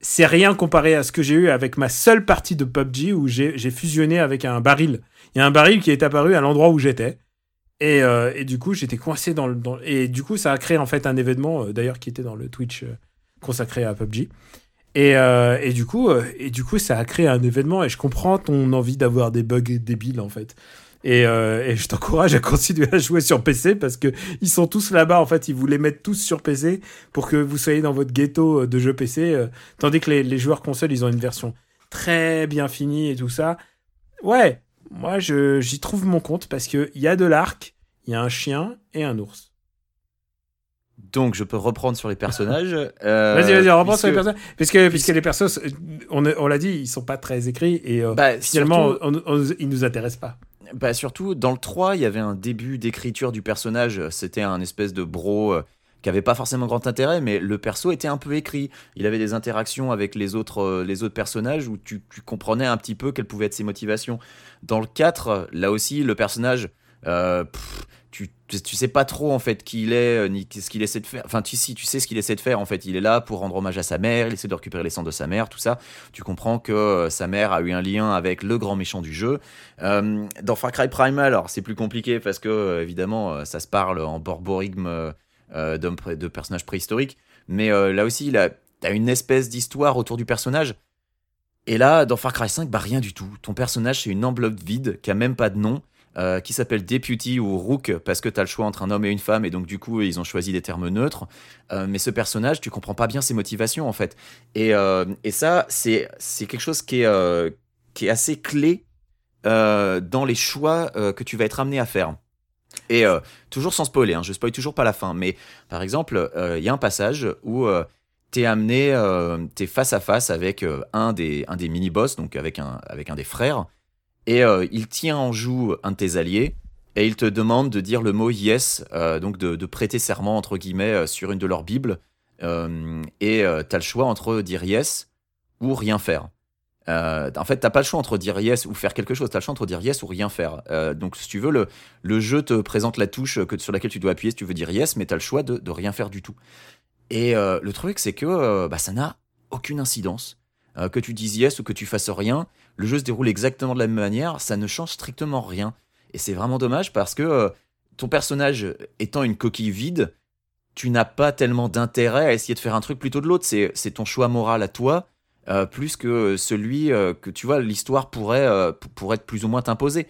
c'est rien comparé à ce que j'ai eu avec ma seule partie de PUBG où j'ai fusionné avec un baril. Il y a un baril qui est apparu à l'endroit où j'étais. Et du coup, j'étais coincé et du coup, ça a créé en fait un événement, d'ailleurs, qui était dans le Twitch consacré à PUBG. Et du coup, ça a créé un événement et je comprends ton envie d'avoir des bugs débiles, en fait. Et je t'encourage à continuer à jouer sur PC parce que ils sont tous là-bas. En fait, ils vous les mettent tous sur PC pour que vous soyez dans votre ghetto de jeux PC. Tandis que les joueurs console, ils ont une version très bien finie et tout ça. Ouais, moi, j'y trouve mon compte parce qu'il y a de l'arc, il y a un chien et un ours. Donc, je peux reprendre sur les personnages. Vas-y, reprends sur les personnages. Puisque les persos, on l'a dit, ils sont pas très écrits et finalement, ils nous intéressent pas. Bah surtout, dans le 3, il y avait un début d'écriture du personnage. C'était un espèce de bro qui avait pas forcément grand intérêt, mais le perso était un peu écrit. Il avait des interactions avec les autres personnages où tu comprenais un petit peu quelles pouvaient être ses motivations. Dans le 4, là aussi, le personnage... tu sais pas trop en fait qui il est ni ce qu'il essaie de faire. Enfin, tu sais ce qu'il essaie de faire en fait. Il est là pour rendre hommage à sa mère, il essaie de récupérer les cendres de sa mère, tout ça. Tu comprends que sa mère a eu un lien avec le grand méchant du jeu. Dans Far Cry Primal, alors c'est plus compliqué parce que évidemment ça se parle en borborigme de personnages préhistoriques. Mais là aussi, t'as une espèce d'histoire autour du personnage. Et là, dans Far Cry 5, bah rien du tout. Ton personnage, c'est une enveloppe vide qui a même pas de nom. Qui s'appelle Deputy ou Rook parce que t'as le choix entre un homme et une femme et donc du coup ils ont choisi des termes neutres, mais ce personnage tu comprends pas bien ses motivations en fait et ça c'est quelque chose qui est assez clé dans les choix que tu vas être amené à faire et toujours sans spoiler, hein, je spoil toujours pas la fin, mais par exemple il y a un passage où t'es amené, t'es face à face avec un des mini-boss, donc avec un des frères. Et il tient en joue un de tes alliés et il te demande de dire le mot yes, donc de prêter serment entre guillemets sur une de leurs bibles. Et t'as le choix entre dire yes ou rien faire. En fait, t'as pas le choix entre dire yes ou faire quelque chose. T'as le choix entre dire yes ou rien faire. Donc, si tu veux, le jeu te présente la touche sur laquelle tu dois appuyer si tu veux dire yes, mais t'as le choix de rien faire du tout. Et le truc, c'est que ça n'a aucune incidence. Que tu dises yes ou que tu fasses rien, le jeu se déroule exactement de la même manière, ça ne change strictement rien. Et c'est vraiment dommage parce que ton personnage étant une coquille vide, tu n'as pas tellement d'intérêt à essayer de faire un truc plutôt de l'autre. C'est ton choix moral à toi, plus que celui que tu vois, l'histoire pourrait être plus ou moins t'imposer.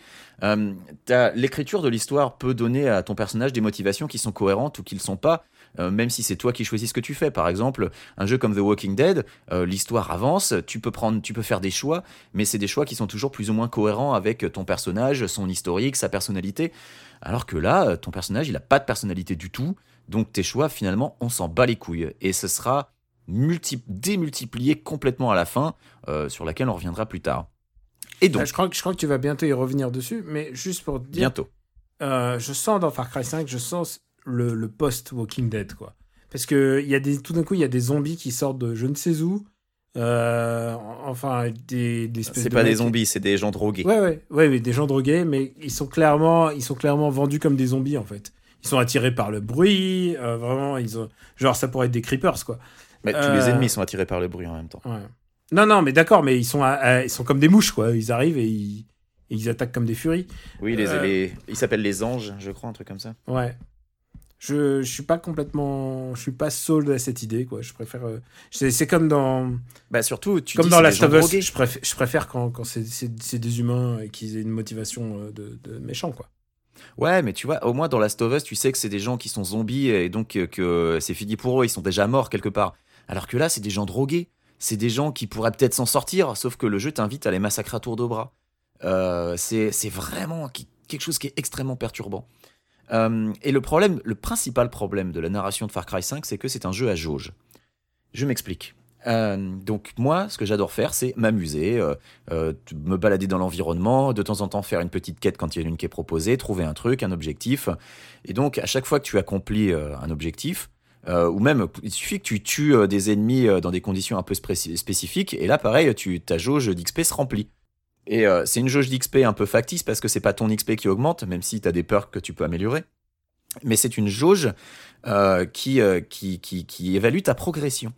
L'écriture de l'histoire peut donner à ton personnage des motivations qui sont cohérentes ou qui ne le sont pas. Même si c'est toi qui choisis ce que tu fais. Par exemple, un jeu comme The Walking Dead, l'histoire avance, tu peux faire des choix, mais c'est des choix qui sont toujours plus ou moins cohérents avec ton personnage, son historique, sa personnalité. Alors que là, ton personnage, il a pas de personnalité du tout, donc tes choix, finalement, on s'en bat les couilles. Et ce sera démultiplié complètement à la fin, sur laquelle on reviendra plus tard. Et donc, je crois que tu vas bientôt y revenir dessus, mais juste pour te dire... Bientôt. Je sens dans Far Cry 5, je sens... le post-Walking Dead, quoi. Parce que tout d'un coup, il y a des zombies qui sortent de je ne sais où. Enfin, des espèces c'est de pas mecs. Des zombies, c'est des gens drogués. Ouais, des gens drogués, mais ils sont clairement vendus comme des zombies, en fait. Ils sont attirés par le bruit, vraiment, genre, ça pourrait être des creepers, quoi. Mais tous les ennemis sont attirés par le bruit en même temps. Ouais. Non, mais d'accord, mais ils sont comme des mouches, quoi. Ils arrivent et ils attaquent comme des furies. Oui, ils s'appellent les anges, je crois, un truc comme ça. Ouais. Je suis pas sold à cette idée, quoi. Je préfère c'est comme dans surtout tu comme dis dans c'est Last des gens of Us, drogués. je préfère quand c'est des humains et qu'ils aient une motivation de méchants, quoi. Ouais, mais tu vois, au moins dans Last of Us, tu sais que c'est des gens qui sont zombies et donc que c'est fini pour eux, ils sont déjà morts quelque part. Alors que là, c'est des gens drogués, c'est des gens qui pourraient peut-être s'en sortir, sauf que le jeu t'invite à les massacrer à tour de bras. C'est vraiment quelque chose qui est extrêmement perturbant. Et le principal problème de la narration de Far Cry 5, c'est que c'est un jeu à jauge. Je m'explique. Donc moi, ce que j'adore faire, c'est m'amuser, me balader dans l'environnement, de temps en temps faire une petite quête quand il y a une qui est proposée, trouver un truc, un objectif. Et donc, à chaque fois que tu accomplis un objectif, ou même, il suffit que tu tues des ennemis dans des conditions un peu spécifiques, et là, pareil, ta jauge d'XP se remplit. Et c'est une jauge d'XP un peu factice parce que c'est pas ton XP qui augmente, même si t'as des perks que tu peux améliorer. Mais c'est une jauge qui évalue ta progression.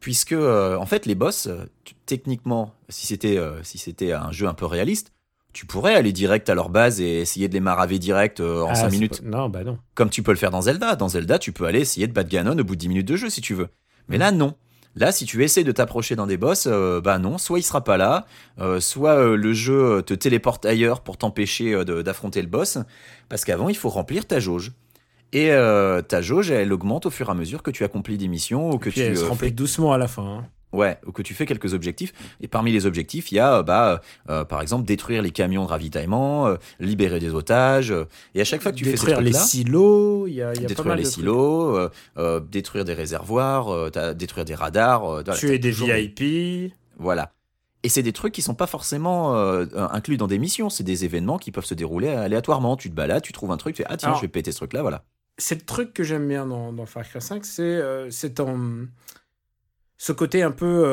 puisque en fait les boss, techniquement, si c'était un jeu un peu réaliste, tu pourrais aller direct à leur base et essayer de les maraver direct en 5 minutes. Non, bah non. Comme tu peux le faire dans Zelda. Dans Zelda, tu peux aller essayer de battre Ganon au bout de 10 minutes de jeu si tu veux. Mais là, non. Là, si tu essaies de t'approcher d'un des boss, bah non, soit il sera pas là, soit le jeu te téléporte ailleurs pour t'empêcher d'affronter le boss, parce qu'avant, il faut remplir ta jauge. Et ta jauge, elle augmente au fur et à mesure que tu accomplis des missions ou que Puis tu elle se remplit doucement à la fin. Hein. Ouais, ou que tu fais quelques objectifs. Et parmi les objectifs, il y a, par exemple, détruire les camions de ravitaillement, libérer des otages. Et à chaque fois que tu fais ces détruire les trucs-là, silos, il y a pas détruire mal les de trucs. silos, détruire des réservoirs, détruire des radars. Voilà, Tuer t'as des toujours VIP. Voilà. Et c'est des trucs qui sont pas forcément inclus dans des missions. C'est des événements qui peuvent se dérouler aléatoirement. Tu te balades, tu trouves un truc, tu fais ah tiens, Alors, je vais péter ce truc-là, voilà. C'est le truc que j'aime bien dans Far Cry 5, c'est ce côté un peu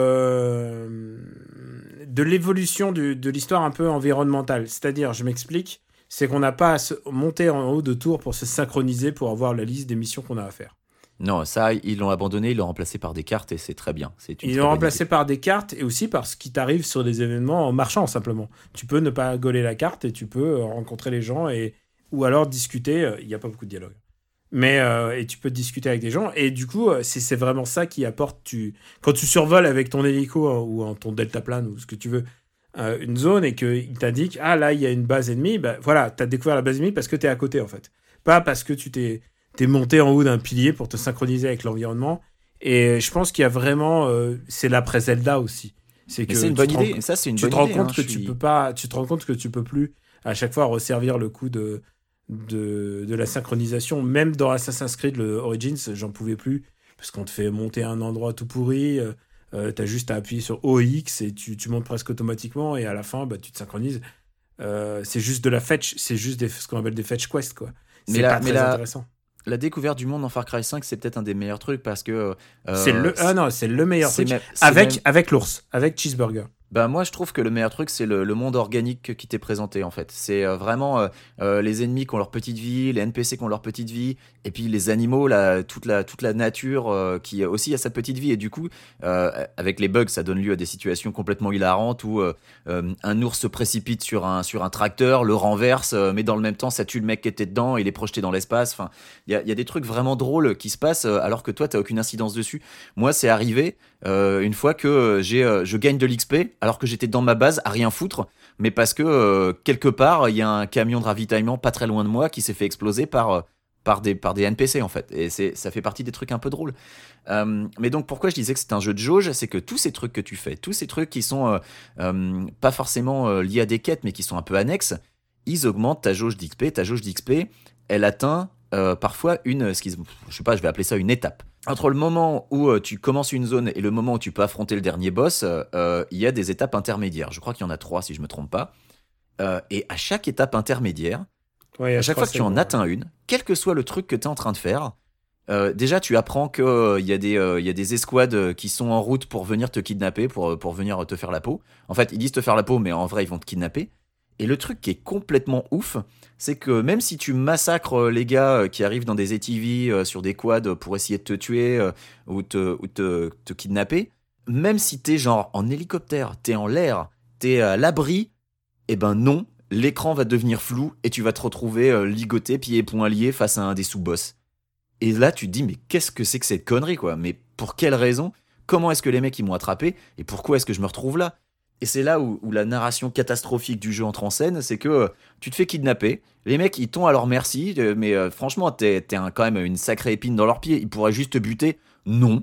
de l'évolution de l'histoire un peu environnementale. C'est-à-dire, je m'explique, c'est qu'on n'a pas à se monter en haut de tour pour se synchroniser pour avoir la liste des missions qu'on a à faire. Non, ça, ils l'ont abandonné, ils l'ont remplacé par des cartes et c'est très bien. Ils l'ont remplacé par des cartes et aussi par ce qui t'arrive sur des événements en marchant simplement. Tu peux ne pas gauler la carte et tu peux rencontrer les gens ou alors discuter. Il n'y a pas beaucoup de dialogue. Mais et tu peux discuter avec des gens et du coup c'est vraiment ça qui apporte quand tu survoles avec ton hélico ou en ton deltaplane ou ce que tu veux une zone et qu'il t'indique ah là il y a une base ennemie, bah voilà, t'as découvert la base ennemie parce que t'es à côté en fait, pas parce que tu t'es monté en haut d'un pilier pour te synchroniser avec l'environnement. Et je pense qu'il y a vraiment c'est l'après Zelda aussi, c'est une bonne idée. Ça c'est une bonne idée. Tu te rends compte que tu peux pas, tu te rends compte que tu peux plus à chaque fois resservir le coup de la synchronisation. Même dans Assassin's Creed le Origins, j'en pouvais plus parce qu'on te fait monter à un endroit tout pourri, t'as juste à appuyer sur OX et tu montes presque automatiquement et à la fin bah, tu te synchronises. C'est juste de la fetch, c'est juste ce qu'on appelle des fetch quests quoi. C'est pas très intéressant. La découverte du monde dans Far Cry 5, c'est peut-être un des meilleurs trucs parce que c'est le meilleur truc avec l'ours, avec Cheeseburger. Bah moi je trouve que le meilleur truc c'est le monde organique qui t'est présenté en fait. C'est vraiment les ennemis qui ont leur petite vie, les NPC qui ont leur petite vie, et puis les animaux, toute la nature qui aussi a sa petite vie. Et du coup avec les bugs ça donne lieu à des situations complètement hilarantes où un ours se précipite sur un tracteur, le renverse, mais dans le même temps ça tue le mec qui était dedans, il est projeté dans l'espace. Enfin il y a des trucs vraiment drôles qui se passent alors que toi t'as aucune incidence dessus. Moi c'est arrivé une fois que je gagne de l'XP alors que j'étais dans ma base à rien foutre, mais parce que quelque part il y a un camion de ravitaillement pas très loin de moi qui s'est fait exploser par des NPC en fait, et ça fait partie des trucs un peu drôles. Mais donc pourquoi je disais que c'est un jeu de jauge, c'est que tous ces trucs que tu fais, tous ces trucs qui sont pas forcément liés à des quêtes mais qui sont un peu annexes, ils augmentent ta jauge d'XP. Ta jauge d'XP elle atteint parfois je vais appeler ça une étape. Entre le moment où tu commences une zone et le moment où tu peux affronter le dernier boss, il y a des étapes intermédiaires. Je crois qu'il y en a 3 si je me trompe pas. Et à chaque étape intermédiaire, à chaque fois que tu en atteins une, quel que soit le truc que tu es en train de faire, déjà tu apprends qu'il y a des escouades qui sont en route pour venir te kidnapper, pour venir te faire la peau. En fait, ils disent te faire la peau, mais en vrai, ils vont te kidnapper. Et le truc qui est complètement ouf, c'est que même si tu massacres les gars qui arrivent dans des ATV sur des quads pour essayer de te tuer ou te kidnapper, même si t'es genre en hélicoptère, t'es en l'air, t'es à l'abri, eh ben non, l'écran va devenir flou et tu vas te retrouver ligoté, pieds et poings liés face à un des sous-boss. Et là, tu te dis, mais qu'est-ce que c'est que cette connerie, quoi ? Mais pour quelle raison ? Comment est-ce que les mecs ils m'ont attrapé ? Et pourquoi est-ce que je me retrouve là ? Et c'est là où la narration catastrophique du jeu entre en scène, c'est que tu te fais kidnapper, les mecs ils tombent à leur merci, mais franchement t'es quand même une sacrée épine dans leurs pieds, ils pourraient juste te buter, non.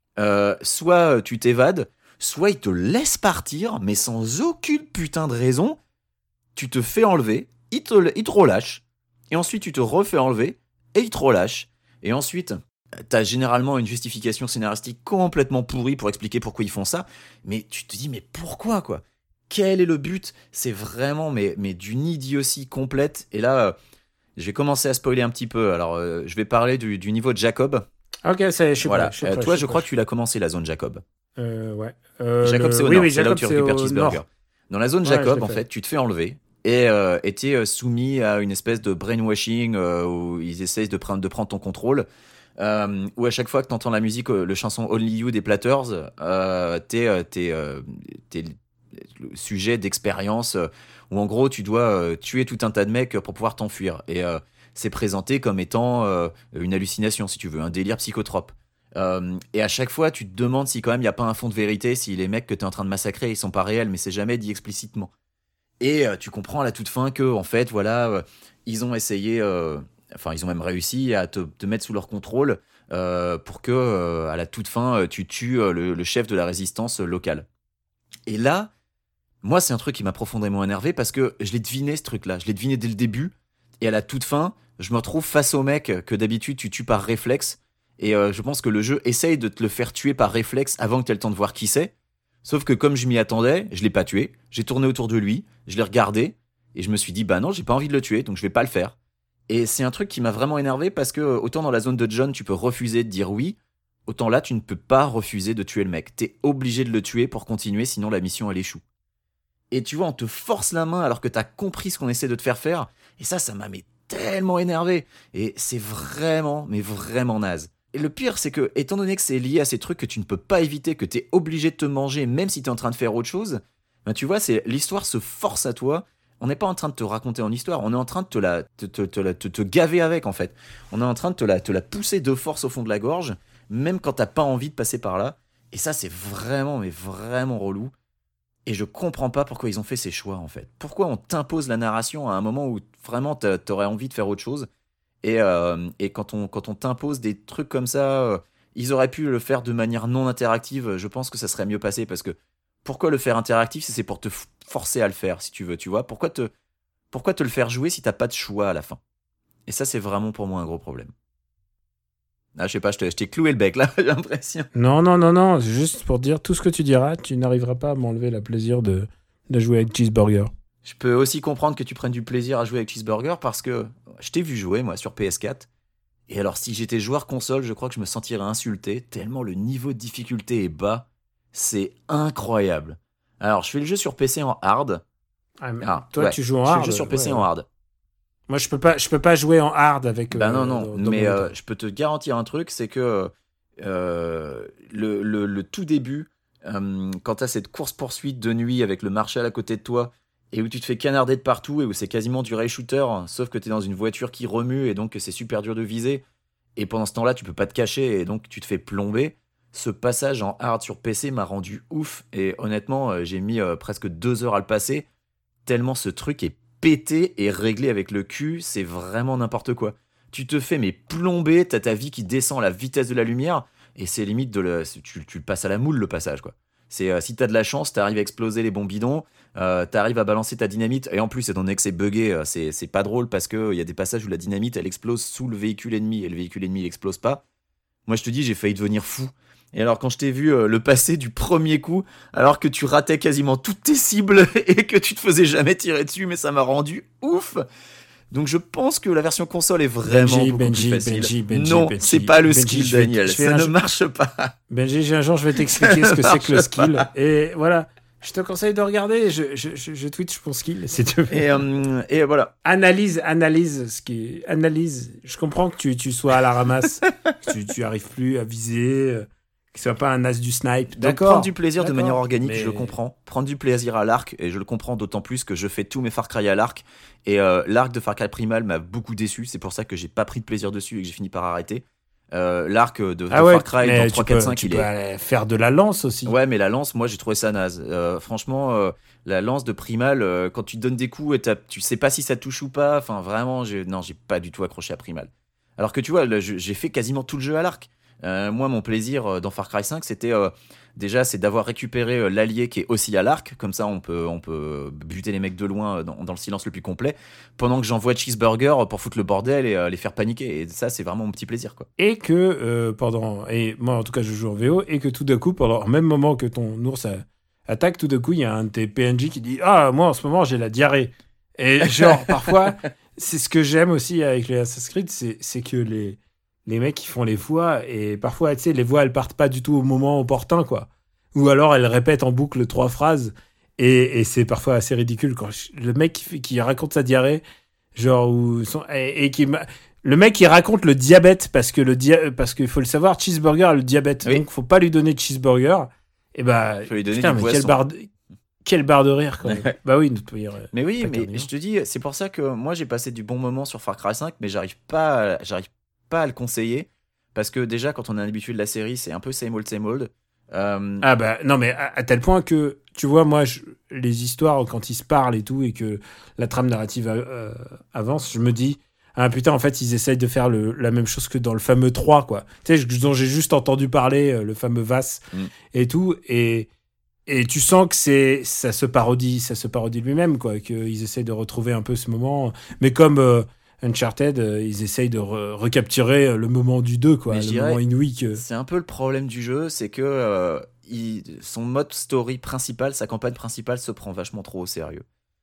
Soit tu t'évades, soit ils te laissent partir, mais sans aucune putain de raison, tu te fais enlever, ils te relâchent, et ensuite tu te refais enlever, et ils te relâchent, et ensuite... T'as généralement une justification scénaristique complètement pourrie pour expliquer pourquoi ils font ça, mais tu te dis mais pourquoi quoi ? Quel est le but ? C'est vraiment mais d'une idiotie complète. Et là, je vais commencer à spoiler un petit peu. Alors, je vais parler du niveau de Jacob. Ok, je sais voilà. pas. Toi, je crois que tu l'as commencé la zone Jacob. Ouais. Jacob, c'est au nord. C'est là où Jacob, tu récupères Cheeseburger. Dans la zone Jacob, en fait, tu te fais enlever. Et t'es soumis à une espèce de brainwashing où ils essayent de prendre ton contrôle. où à chaque fois que t'entends la musique, le chanson Only You des Platters, t'es le sujet d'expérience où en gros tu dois tuer tout un tas de mecs pour pouvoir t'enfuir. Et c'est présenté comme étant une hallucination, si tu veux, un délire psychotrope. Et à chaque fois, tu te demandes si quand même il n'y a pas un fond de vérité, si les mecs que tu es en train de massacrer, ils sont pas réels, mais c'est jamais dit explicitement. Et tu comprends à la toute fin que, en fait, voilà, ils ont essayé, ils ont même réussi à te mettre sous leur contrôle pour que, à la toute fin, tu tues le chef de la résistance locale. Et là, moi, c'est un truc qui m'a profondément énervé parce que je l'ai deviné, ce truc-là. Je l'ai deviné dès le début. Et à la toute fin, je me retrouve face au mec que d'habitude tu tues par réflexe. Et je pense que le jeu essaye de te le faire tuer par réflexe avant que tu aies le temps de voir qui c'est. Sauf que comme je m'y attendais, je l'ai pas tué. J'ai tourné autour de lui, je l'ai regardé, et je me suis dit, bah non, j'ai pas envie de le tuer, donc je vais pas le faire. Et c'est un truc qui m'a vraiment énervé parce que autant dans la zone de John, tu peux refuser de dire oui, autant là, tu ne peux pas refuser de tuer le mec. T'es obligé de le tuer pour continuer, sinon la mission, elle échoue. Et tu vois, on te force la main alors que t'as compris ce qu'on essaie de te faire faire, et ça m'a tellement énervé. Et c'est vraiment, mais vraiment naze. Et le pire, c'est que, étant donné que c'est lié à ces trucs que tu ne peux pas éviter, que t'es obligé de te manger, même si t'es en train de faire autre chose, ben tu vois, l'histoire se force à toi. On n'est pas en train de te raconter en histoire, on est en train de te gaver avec, en fait. On est en train de te la pousser de force au fond de la gorge, même quand t'as pas envie de passer par là. Et ça, c'est vraiment, mais vraiment relou. Et je comprends pas pourquoi ils ont fait ces choix, en fait. Pourquoi on t'impose la narration à un moment où vraiment t'aurais envie de faire autre chose. Et quand on t'impose des trucs comme ça, ils auraient pu le faire de manière non interactive. Je pense que ça serait mieux passé parce que pourquoi le faire interactif si c'est pour te forcer à le faire, si tu veux, tu vois. Pourquoi te le faire jouer si t'as pas de choix à la fin. Et ça, c'est vraiment pour moi un gros problème. Ah, je sais pas, je t'ai cloué le bec là, j'ai l'impression. Non, juste pour dire tout ce que tu diras, tu n'arriveras pas à m'enlever le plaisir de jouer avec Cheeseburger. Je peux aussi comprendre que tu prennes du plaisir à jouer avec Cheeseburger parce que je t'ai vu jouer, moi, sur PS4. Et alors, si j'étais joueur console, je crois que je me sentirais insulté, tellement le niveau de difficulté est bas. C'est incroyable. Alors, je fais le jeu sur PC en hard. Toi, tu joues en hard. Je fais le jeu sur PC en hard. Moi, je peux pas jouer en hard avec... non, mais je peux te garantir un truc, c'est que le tout début, quand t'as cette course-poursuite de nuit avec le marshal à côté de toi, et où tu te fais canarder de partout, et où c'est quasiment du rail shooter, sauf que t'es dans une voiture qui remue, et donc c'est super dur de viser, et pendant ce temps-là, tu peux pas te cacher, et donc tu te fais plomber. Ce passage en hard sur PC m'a rendu ouf, et honnêtement, j'ai mis presque 2 heures à le passer, tellement ce truc est pété et réglé avec le cul, c'est vraiment n'importe quoi. Tu te fais mais plomber, t'as ta vie qui descend à la vitesse de la lumière, et c'est limite tu le passes à la moule le passage, quoi. C'est si t'as de la chance, t'arrives à exploser les bons bidons, t'arrives à balancer ta dynamite, et en plus, étant donné que c'est buggé, c'est pas drôle parce que y a des passages où la dynamite elle explose sous le véhicule ennemi, et le véhicule ennemi il explose pas. Moi je te dis, j'ai failli devenir fou. Et alors quand je t'ai vu le passer du premier coup, alors que tu ratais quasiment toutes tes cibles et que tu te faisais jamais tirer dessus, mais ça m'a rendu ouf. Donc je pense que la version console est vraiment beaucoup plus facile. Non, c'est pas le skill, Daniel, ça ne marche pas. Benji, un jour je vais t'expliquer ce que c'est que le skill. Et voilà, je te conseille de regarder, je Twitch mon skill, si tu veux. Et voilà. Analyse, je comprends que tu sois à la ramasse, que tu arrives plus à viser... que ce soit pas un as du snipe. D'accord. Prendre du plaisir de manière organique, je le comprends. Prendre du plaisir à l'arc, et je le comprends d'autant plus que je fais tous mes Far Cry à l'arc. Et l'arc de Far Cry Primal m'a beaucoup déçu. C'est pour ça que j'ai pas pris de plaisir dessus et que j'ai fini par arrêter. L'arc de Far Cry dans 3, 4, 5, tu peux aller faire de la lance aussi. Ouais, mais la lance, moi j'ai trouvé ça naze. Franchement, la lance de Primal, quand tu donnes des coups et tu sais pas si ça touche ou pas. Enfin, vraiment, j'ai pas du tout accroché à Primal. Alors que tu vois, j'ai fait quasiment tout le jeu à l'arc. Moi, mon plaisir dans Far Cry 5, c'était déjà c'est d'avoir récupéré l'allié qui est aussi à l'arc. Comme ça, on peut buter les mecs de loin dans le silence le plus complet, pendant que j'envoie Cheeseburger pour foutre le bordel et les faire paniquer. Et ça, c'est vraiment mon petit plaisir, quoi. Et que et moi en tout cas je joue en VO, et que tout d'un coup, pendant le même moment que ton ours attaque, tout d'un coup il y a un de tes PNJ qui dit moi en ce moment j'ai la diarrhée. Et genre parfois c'est ce que j'aime aussi avec les Assassin's Creed, c'est que les mecs qui font les voix, et parfois, tu sais, les voix, elles partent pas du tout au moment opportun, quoi. Ou alors, elles répètent en boucle 3 phrases, et c'est parfois assez ridicule. Quand le mec qui raconte sa diarrhée, genre, Le mec, il raconte le diabète parce qu'il faut le savoir, Cheeseburger a le diabète, Oui. donc faut pas lui donner de cheeseburger. Et bah, Faut lui donner putain, du mais poisson. quelle barre de rire quand même. Ouais. Bah oui, notre rire. Mais oui, Pas mais carné, hein. je te dis, c'est pour ça que moi j'ai passé du bon moment sur Far Cry 5, mais j'arrive pas à le conseiller parce que déjà quand on est habitué de la série, c'est un peu same old. Ah bah non, mais à tel point que tu vois, moi les histoires quand ils se parlent et tout et que la trame narrative avance, je me dis ah putain, en fait ils essayent de faire la même chose que dans le fameux 3 quoi, tu sais, dont j'ai juste entendu parler, le fameux Vass et tout, et tu sens que ça se parodie lui-même quoi, qu'ils essayent de retrouver un peu ce moment, mais comme Uncharted, ils essayent de recapturer le moment du 2 quoi, Mais je le dirais, moment inouï que... c'est un peu le problème du jeu, c'est que son mode story principal, sa campagne principale se prend vachement trop au sérieux.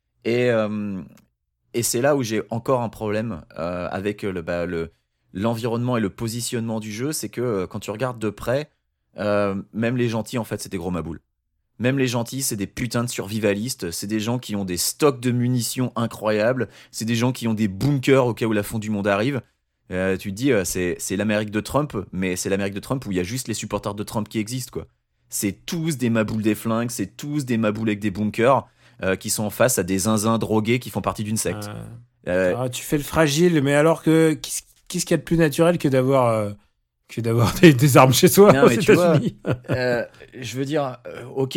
Et c'est là où j'ai encore un problème avec l'environnement et le positionnement du jeu, c'est que quand tu regardes de près, même les gentils en fait c'est des gros maboules. Même les gentils, c'est des putains de survivalistes, c'est des gens qui ont des stocks de munitions incroyables, c'est des gens qui ont des bunkers au cas où la fin du monde arrive. Tu te dis, c'est l'Amérique de Trump, mais c'est l'Amérique de Trump où il y a juste les supporters de Trump qui existent, quoi. C'est tous des maboules des flingues, c'est tous des maboules avec des bunkers qui sont en face à des zinzins drogués qui font partie d'une secte. Tu fais le fragile, mais alors que qu'est-ce qu'il y a de plus naturel que d'avoir des armes chez soi Non, aux mais tu vois, États-Unis. je veux dire, ok,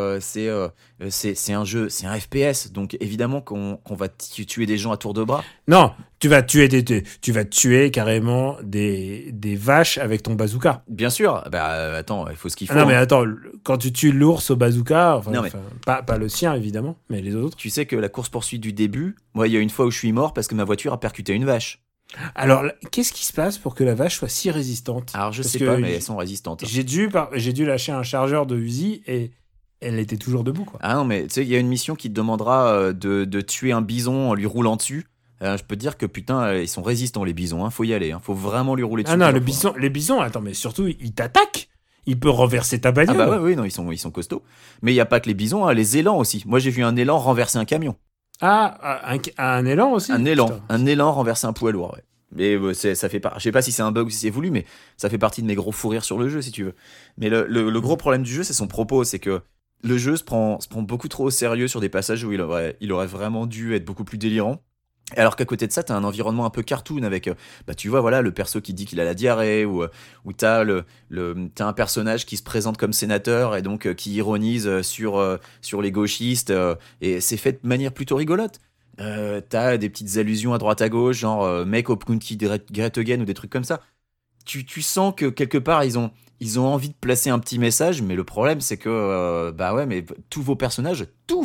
c'est un jeu, c'est un FPS, donc évidemment qu'on va tuer des gens à tour de bras. Non, tu vas tuer carrément des vaches avec ton bazooka. Bien sûr, bah attends, il faut ce qu'il faut. Ah non, mais hein. attends, quand tu tues l'ours au bazooka, Non, mais- pas le sien évidemment, mais les autres. Tu sais que la course-poursuite du début, moi, il y a une fois où je suis mort parce que ma voiture a percuté une vache. Alors, qu'est-ce qui se passe pour que la vache soit si résistante? Alors, je Parce sais que pas, mais elles sont résistantes. J'ai dû lâcher un chargeur de Uzi et elle était toujours debout, quoi. Ah non, mais tu sais, il y a une mission qui te demandera de tuer un bison en lui roulant dessus. Je peux te dire que putain, ils sont résistants, les bisons. Hein. Faut y aller. Hein. Faut vraiment lui rouler dessus. Ah non, plusieurs fois. les bisons, attends, mais surtout, ils t'attaquent. Il peut renverser ta Ah bagnole. bah ouais, oui, non, ils sont costauds. Mais il y a pas que les bisons, hein, les élans aussi. Moi, j'ai vu un élan renverser un camion. Un élan aussi. Un élan, Putain. un élan renverser un poids lourd. Ouais. Mais ça fait pas. Je sais pas si c'est un bug ou si c'est voulu, mais ça fait partie de mes gros fous rires sur le jeu, si tu veux. Mais le gros problème du jeu, c'est son propos, c'est que le jeu se prend beaucoup trop au sérieux sur des passages où il aurait vraiment dû être beaucoup plus délirant. Alors qu'à côté de ça, t'as un environnement un peu cartoon avec, tu vois, voilà, le perso qui dit qu'il a la diarrhée, ou t'as t'as un personnage qui se présente comme sénateur et donc qui ironise sur les gauchistes, et c'est fait de manière plutôt rigolote. T'as des petites allusions à droite à gauche, genre Make Up Country Great Again ou des trucs comme ça. Tu sens que quelque part ils ont envie de placer un petit message, mais le problème c'est que mais tous vos personnages,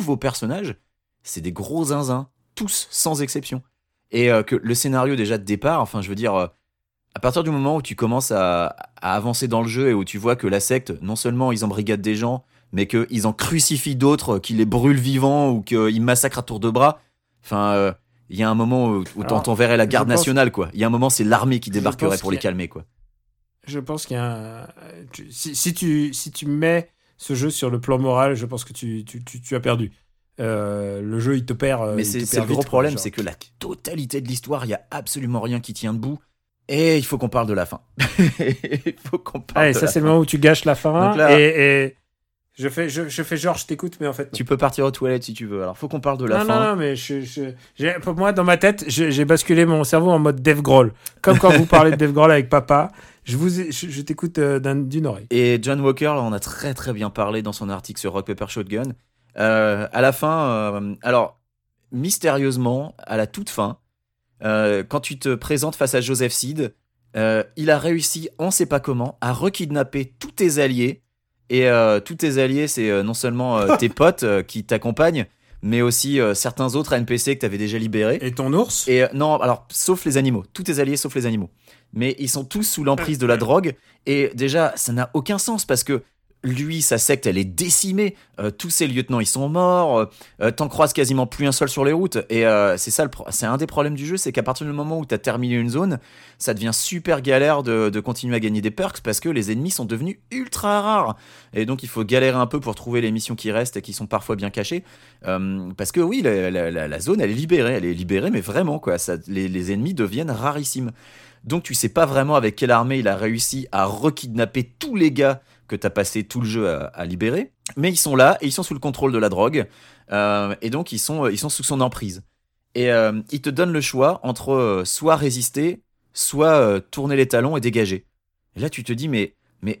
c'est des gros zinzins, tous sans exception. Et que le scénario déjà de départ, enfin je veux dire, à partir du moment où tu commences à avancer dans le jeu et où tu vois que la secte, non seulement ils embrigadent des gens, mais qu'ils en crucifient d'autres, qu'ils les brûlent vivants ou qu'ils massacrent à tour de bras. Enfin, il y a un moment où t'enverrais la garde nationale, quoi. Il y a un moment, c'est l'armée qui débarquerait pour les calmer, quoi. Je pense qu'il y a si tu mets ce jeu sur le plan moral, je pense que tu as perdu. Le jeu, il te perd. Mais c'est le gros problème, c'est que la totalité de l'histoire, il y a absolument rien qui tient debout. Et il faut qu'on parle de la fin. Il faut qu'on parle. Allez, ça c'est le moment où tu gâches la fin. Donc là, et je fais genre je t'écoute, mais en fait non. Tu peux partir aux toilettes si tu veux. Alors faut qu'on parle de la fin. Non, mais pour moi dans ma tête, j'ai basculé mon cerveau en mode Dave Grohl, comme quand vous parlez de Dave Grohl avec papa. Je t'écoute d'une oreille. Et John Walker, là, on a très très bien parlé dans son article sur Rock Paper Shotgun. À la fin, alors mystérieusement, à la toute fin, quand tu te présentes face à Joseph Seed, il a réussi, on sait pas comment, à rekidnapper tous tes alliés. Et tous tes alliés, c'est non seulement tes potes qui t'accompagnent, mais aussi certains autres NPC que t'avais déjà libérés. Et ton ours? Et non, alors sauf les animaux, tous tes alliés sauf les animaux. Mais ils sont tous sous l'emprise de la drogue. Et déjà, ça n'a aucun sens parce que lui, sa secte, elle est décimée. Tous ses lieutenants, ils sont morts. T'en croises quasiment plus un seul sur les routes. Et c'est ça, c'est un des problèmes du jeu, c'est qu'à partir du moment où t'as terminé une zone, ça devient super galère de continuer à gagner des perks parce que les ennemis sont devenus ultra rares. Et donc, il faut galérer un peu pour trouver les missions qui restent et qui sont parfois bien cachées. Parce que oui, la zone, elle est libérée, mais vraiment, quoi. Les ennemis deviennent rarissimes. Donc, tu sais pas vraiment avec quelle armée il a réussi à rekidnapper tous les gars que t'as passé tout le jeu à libérer, mais ils sont là et ils sont sous le contrôle de la drogue, et donc ils sont sous son emprise. Et il te donne le choix entre soit résister, soit tourner les talons et dégager. Et là tu te dis mais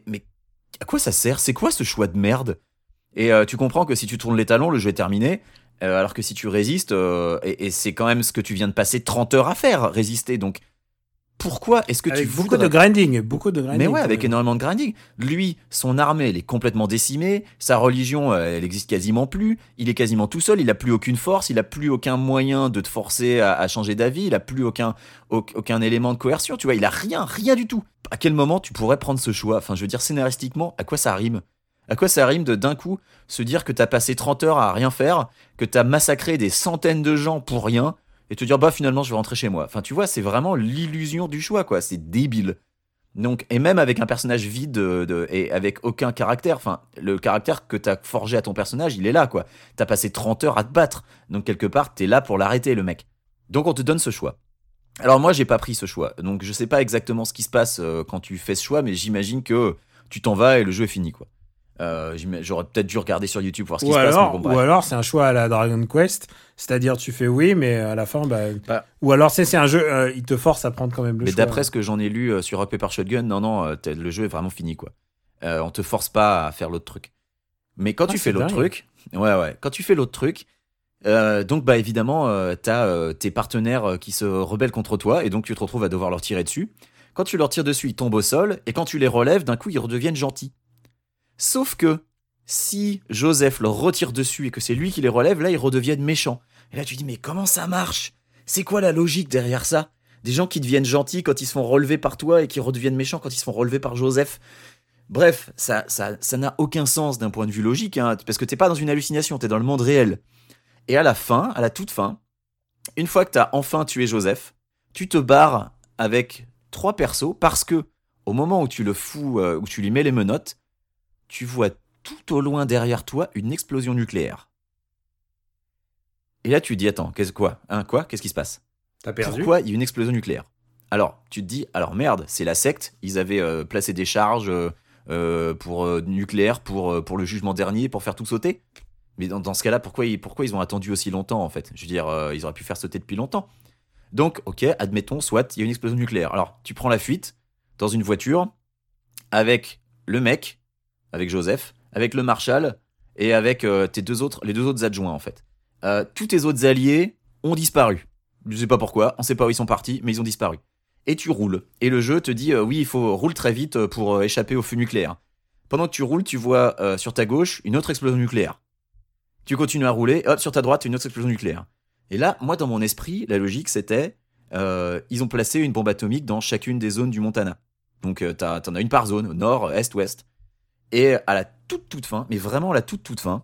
à quoi ça sert ? C'est quoi ce choix de merde ? Et tu comprends que si tu tournes les talons, le jeu est terminé, alors que si tu résistes, et c'est quand même ce que tu viens de passer 30 heures à faire, résister, donc pourquoi est-ce que avec tu beaucoup de grinding. Mais ouais, avec énormément de grinding. Lui, son armée, elle est complètement décimée. Sa religion, elle existe quasiment plus. Il est quasiment tout seul. Il a plus aucune force. Il a plus aucun moyen de te forcer à changer d'avis. Il a plus aucun élément de coercion. Tu vois, il a rien du tout. À quel moment tu pourrais prendre ce choix ? Enfin, je veux dire, scénaristiquement, à quoi ça rime ? À quoi ça rime de d'un coup se dire que t'as passé 30 heures à rien faire, que t'as massacré des centaines de gens pour rien, et te dire bah finalement je vais rentrer chez moi. Enfin tu vois, c'est vraiment l'illusion du choix, quoi. C'est débile. Donc, et même avec un personnage vide et avec aucun caractère, enfin le caractère que t'as forgé à ton personnage, il est là, quoi. T'as passé 30 heures à te battre, donc quelque part t'es là pour l'arrêter, le mec. Donc on te donne ce choix. Alors moi j'ai pas pris ce choix, donc je sais pas exactement ce qui se passe quand tu fais ce choix, mais j'imagine que tu t'en vas et le jeu est fini, quoi. J'aurais peut-être dû regarder sur YouTube pour voir ce qui se passe. Mais bon, ou alors c'est un choix à la Dragon Quest, c'est-à-dire tu fais oui, mais à la fin, ou alors c'est un jeu, il te force à prendre quand même le choix. Mais d'après ce que j'en ai lu sur Rock Paper Shotgun, non, le jeu est vraiment fini, quoi. On te force pas à faire l'autre truc. Mais quand tu fais l'autre truc, quand tu fais l'autre truc, donc bah évidemment, t'as tes partenaires qui se rebellent contre toi, et donc tu te retrouves à devoir leur tirer dessus. Quand tu leur tires dessus, ils tombent au sol, et quand tu les relèves, d'un coup ils redeviennent gentils. Sauf que si Joseph leur retire dessus et que c'est lui qui les relève, là ils redeviennent méchants. Et là tu dis mais comment ça marche ? C'est quoi la logique derrière ça ? Des gens qui deviennent gentils quand ils se font relever par toi et qui redeviennent méchants quand ils se font relever par Joseph. Bref, ça n'a aucun sens d'un point de vue logique, hein, parce que t'es pas dans une hallucination, t'es dans le monde réel. Et à la toute fin, une fois que t'as enfin tué Joseph, tu te barres avec 3 persos parce que au moment où tu le fous, où tu lui mets les menottes, tu vois tout au loin derrière toi une explosion nucléaire. Et là, tu te dis, attends, qu'est-ce qui se passe ? T'as perdu ? Pourquoi il y a une explosion nucléaire ? Alors, tu te dis, alors merde, c'est la secte, ils avaient placé des charges nucléaires pour le jugement dernier, pour faire tout sauter. Mais dans ce cas-là, pourquoi ils ont attendu aussi longtemps, en fait ? Je veux dire, ils auraient pu faire sauter depuis longtemps. Donc, ok, admettons, soit, il y a une explosion nucléaire. Alors, tu prends la fuite dans une voiture avec le mec, avec Joseph, avec le Marshal et avec les deux autres adjoints, en fait. Tous tes autres alliés ont disparu. Je sais pas pourquoi, on sait pas où ils sont partis, mais ils ont disparu. Et tu roules. Et le jeu te dit, oui, il faut rouler très vite pour échapper au feu nucléaire. Pendant que tu roules, tu vois sur ta gauche une autre explosion nucléaire. Tu continues à rouler, hop, sur ta droite, une autre explosion nucléaire. Et là, moi, dans mon esprit, la logique, c'était, ils ont placé une bombe atomique dans chacune des zones du Montana. Donc, t'en as une par zone, nord, est, ouest. Et à la toute fin, mais vraiment la toute fin,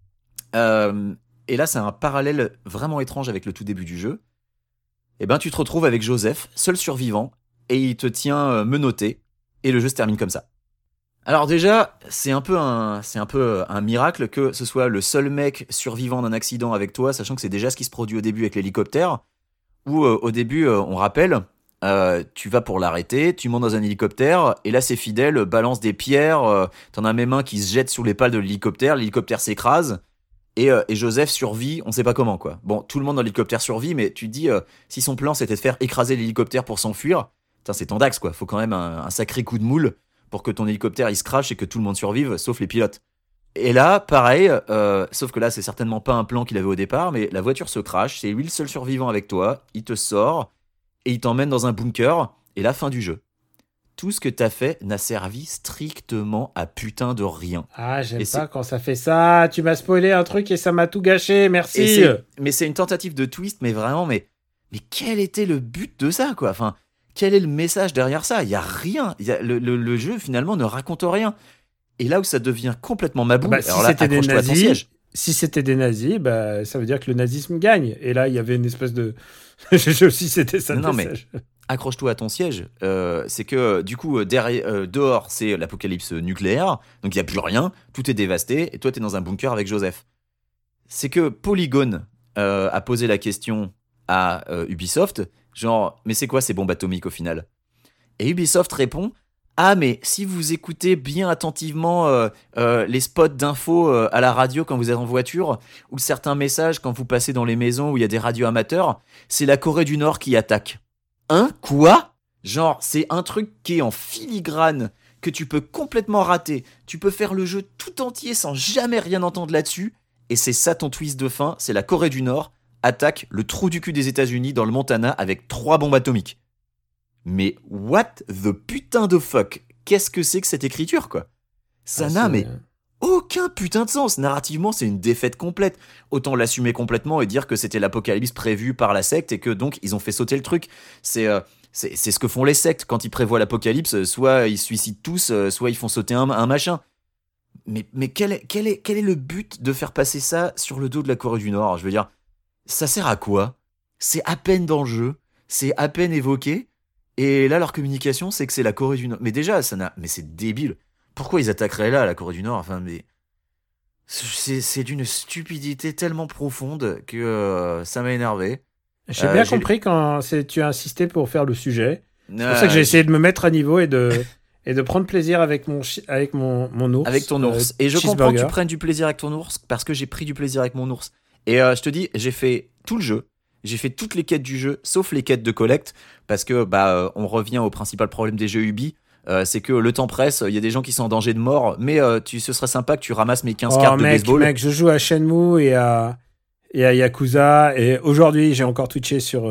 et là c'est un parallèle vraiment étrange avec le tout début du jeu, et ben tu te retrouves avec Joseph, seul survivant, et il te tient menotté, et le jeu se termine comme ça. Alors déjà, c'est un peu un miracle que ce soit le seul mec survivant d'un accident avec toi, sachant que c'est déjà ce qui se produit au début avec l'hélicoptère, où au début, on rappelle... tu vas pour l'arrêter, tu montes dans un hélicoptère, et là c'est fidèle, balance des pierres, t'en as même un qui se jette sur les pales de l'hélicoptère s'écrase, et Joseph survit, on sait pas comment, quoi. Bon, tout le monde dans l'hélicoptère survit, mais tu te dis, si son plan c'était de faire écraser l'hélicoptère pour s'enfuir, c'est ton Dax, quoi. Faut quand même un sacré coup de moule pour que ton hélicoptère il se crache et que tout le monde survive, sauf les pilotes. Et là, pareil, sauf que là c'est certainement pas un plan qu'il avait au départ, mais la voiture se crache, c'est lui le seul survivant avec toi, il te sort, et il t'emmène dans un bunker, et la fin du jeu. Tout ce que t'as fait n'a servi strictement à putain de rien. Ah, j'aime pas quand ça fait ça. Tu m'as spoilé un truc et ça m'a tout gâché, merci. Mais c'est une tentative de twist, mais vraiment, mais quel était le but de ça, quoi ? Enfin, quel est le message derrière ça ? Il y a rien. Le jeu, finalement, ne raconte rien. Et là où ça devient complètement maboule, Bah, si alors là, c'était des accroche-toi à ton nazis, siège. si c'était des nazis, bah, ça veut dire que le nazisme gagne. Et là, il y avait une espèce de... Je si c'était ça le Non, mais- message. Accroche-toi à ton siège. C'est que du coup, dehors, c'est l'apocalypse nucléaire. Donc il n'y a plus rien, tout est dévasté. Et toi, tu es dans un bunker avec Joseph. C'est que Polygon a posé la question à Ubisoft, genre, mais c'est quoi ces bombes atomiques au final? Et Ubisoft répond, ah mais si vous écoutez bien attentivement les spots d'infos à la radio quand vous êtes en voiture, ou certains messages quand vous passez dans les maisons où il y a des radios amateurs, c'est la Corée du Nord qui attaque. Hein? Quoi? Genre, c'est un truc qui est en filigrane, que tu peux complètement rater. Tu peux faire le jeu tout entier sans jamais rien entendre là-dessus. Et c'est ça ton twist de fin, c'est la Corée du Nord attaque le trou du cul des États-Unis dans le Montana avec 3 bombes atomiques. Mais what the putain de fuck? Qu'est-ce que c'est que cette écriture, quoi? Ça n'a mais aucun putain de sens. Narrativement, c'est une défaite complète. Autant l'assumer complètement et dire que c'était l'apocalypse prévu par la secte et que donc ils ont fait sauter le truc. C'est ce que font les sectes quand ils prévoient l'apocalypse. Soit ils se suicident tous, soit ils font sauter un machin. Mais quel est le but de faire passer ça sur le dos de la Corée du Nord? Je veux dire, ça sert à quoi? C'est à peine dans le jeu, c'est à peine évoqué, et là leur communication c'est que c'est la Corée du Nord. Mais déjà, mais c'est débile. Pourquoi ils attaqueraient là, la Corée du Nord? Enfin, mais c'est d'une stupidité tellement profonde que ça m'a énervé. J'ai bien compris quand tu as insisté pour faire le sujet. C'est pour ça que j'ai essayé de me mettre à niveau et de prendre plaisir avec mon ours. Avec ton ours. Et je comprends que tu prennes du plaisir avec ton ours parce que j'ai pris du plaisir avec mon ours. Et je te dis, j'ai fait tout le jeu. J'ai fait toutes les quêtes du jeu, sauf les quêtes de collecte, parce que on revient au principal problème des jeux Ubi. C'est que le temps presse, il y a des gens qui sont en danger de mort, mais ce serait sympa que tu ramasses mes 15 cartes de baseball. Mec, je joue à Shenmue et à Yakuza, et aujourd'hui j'ai encore twitché sur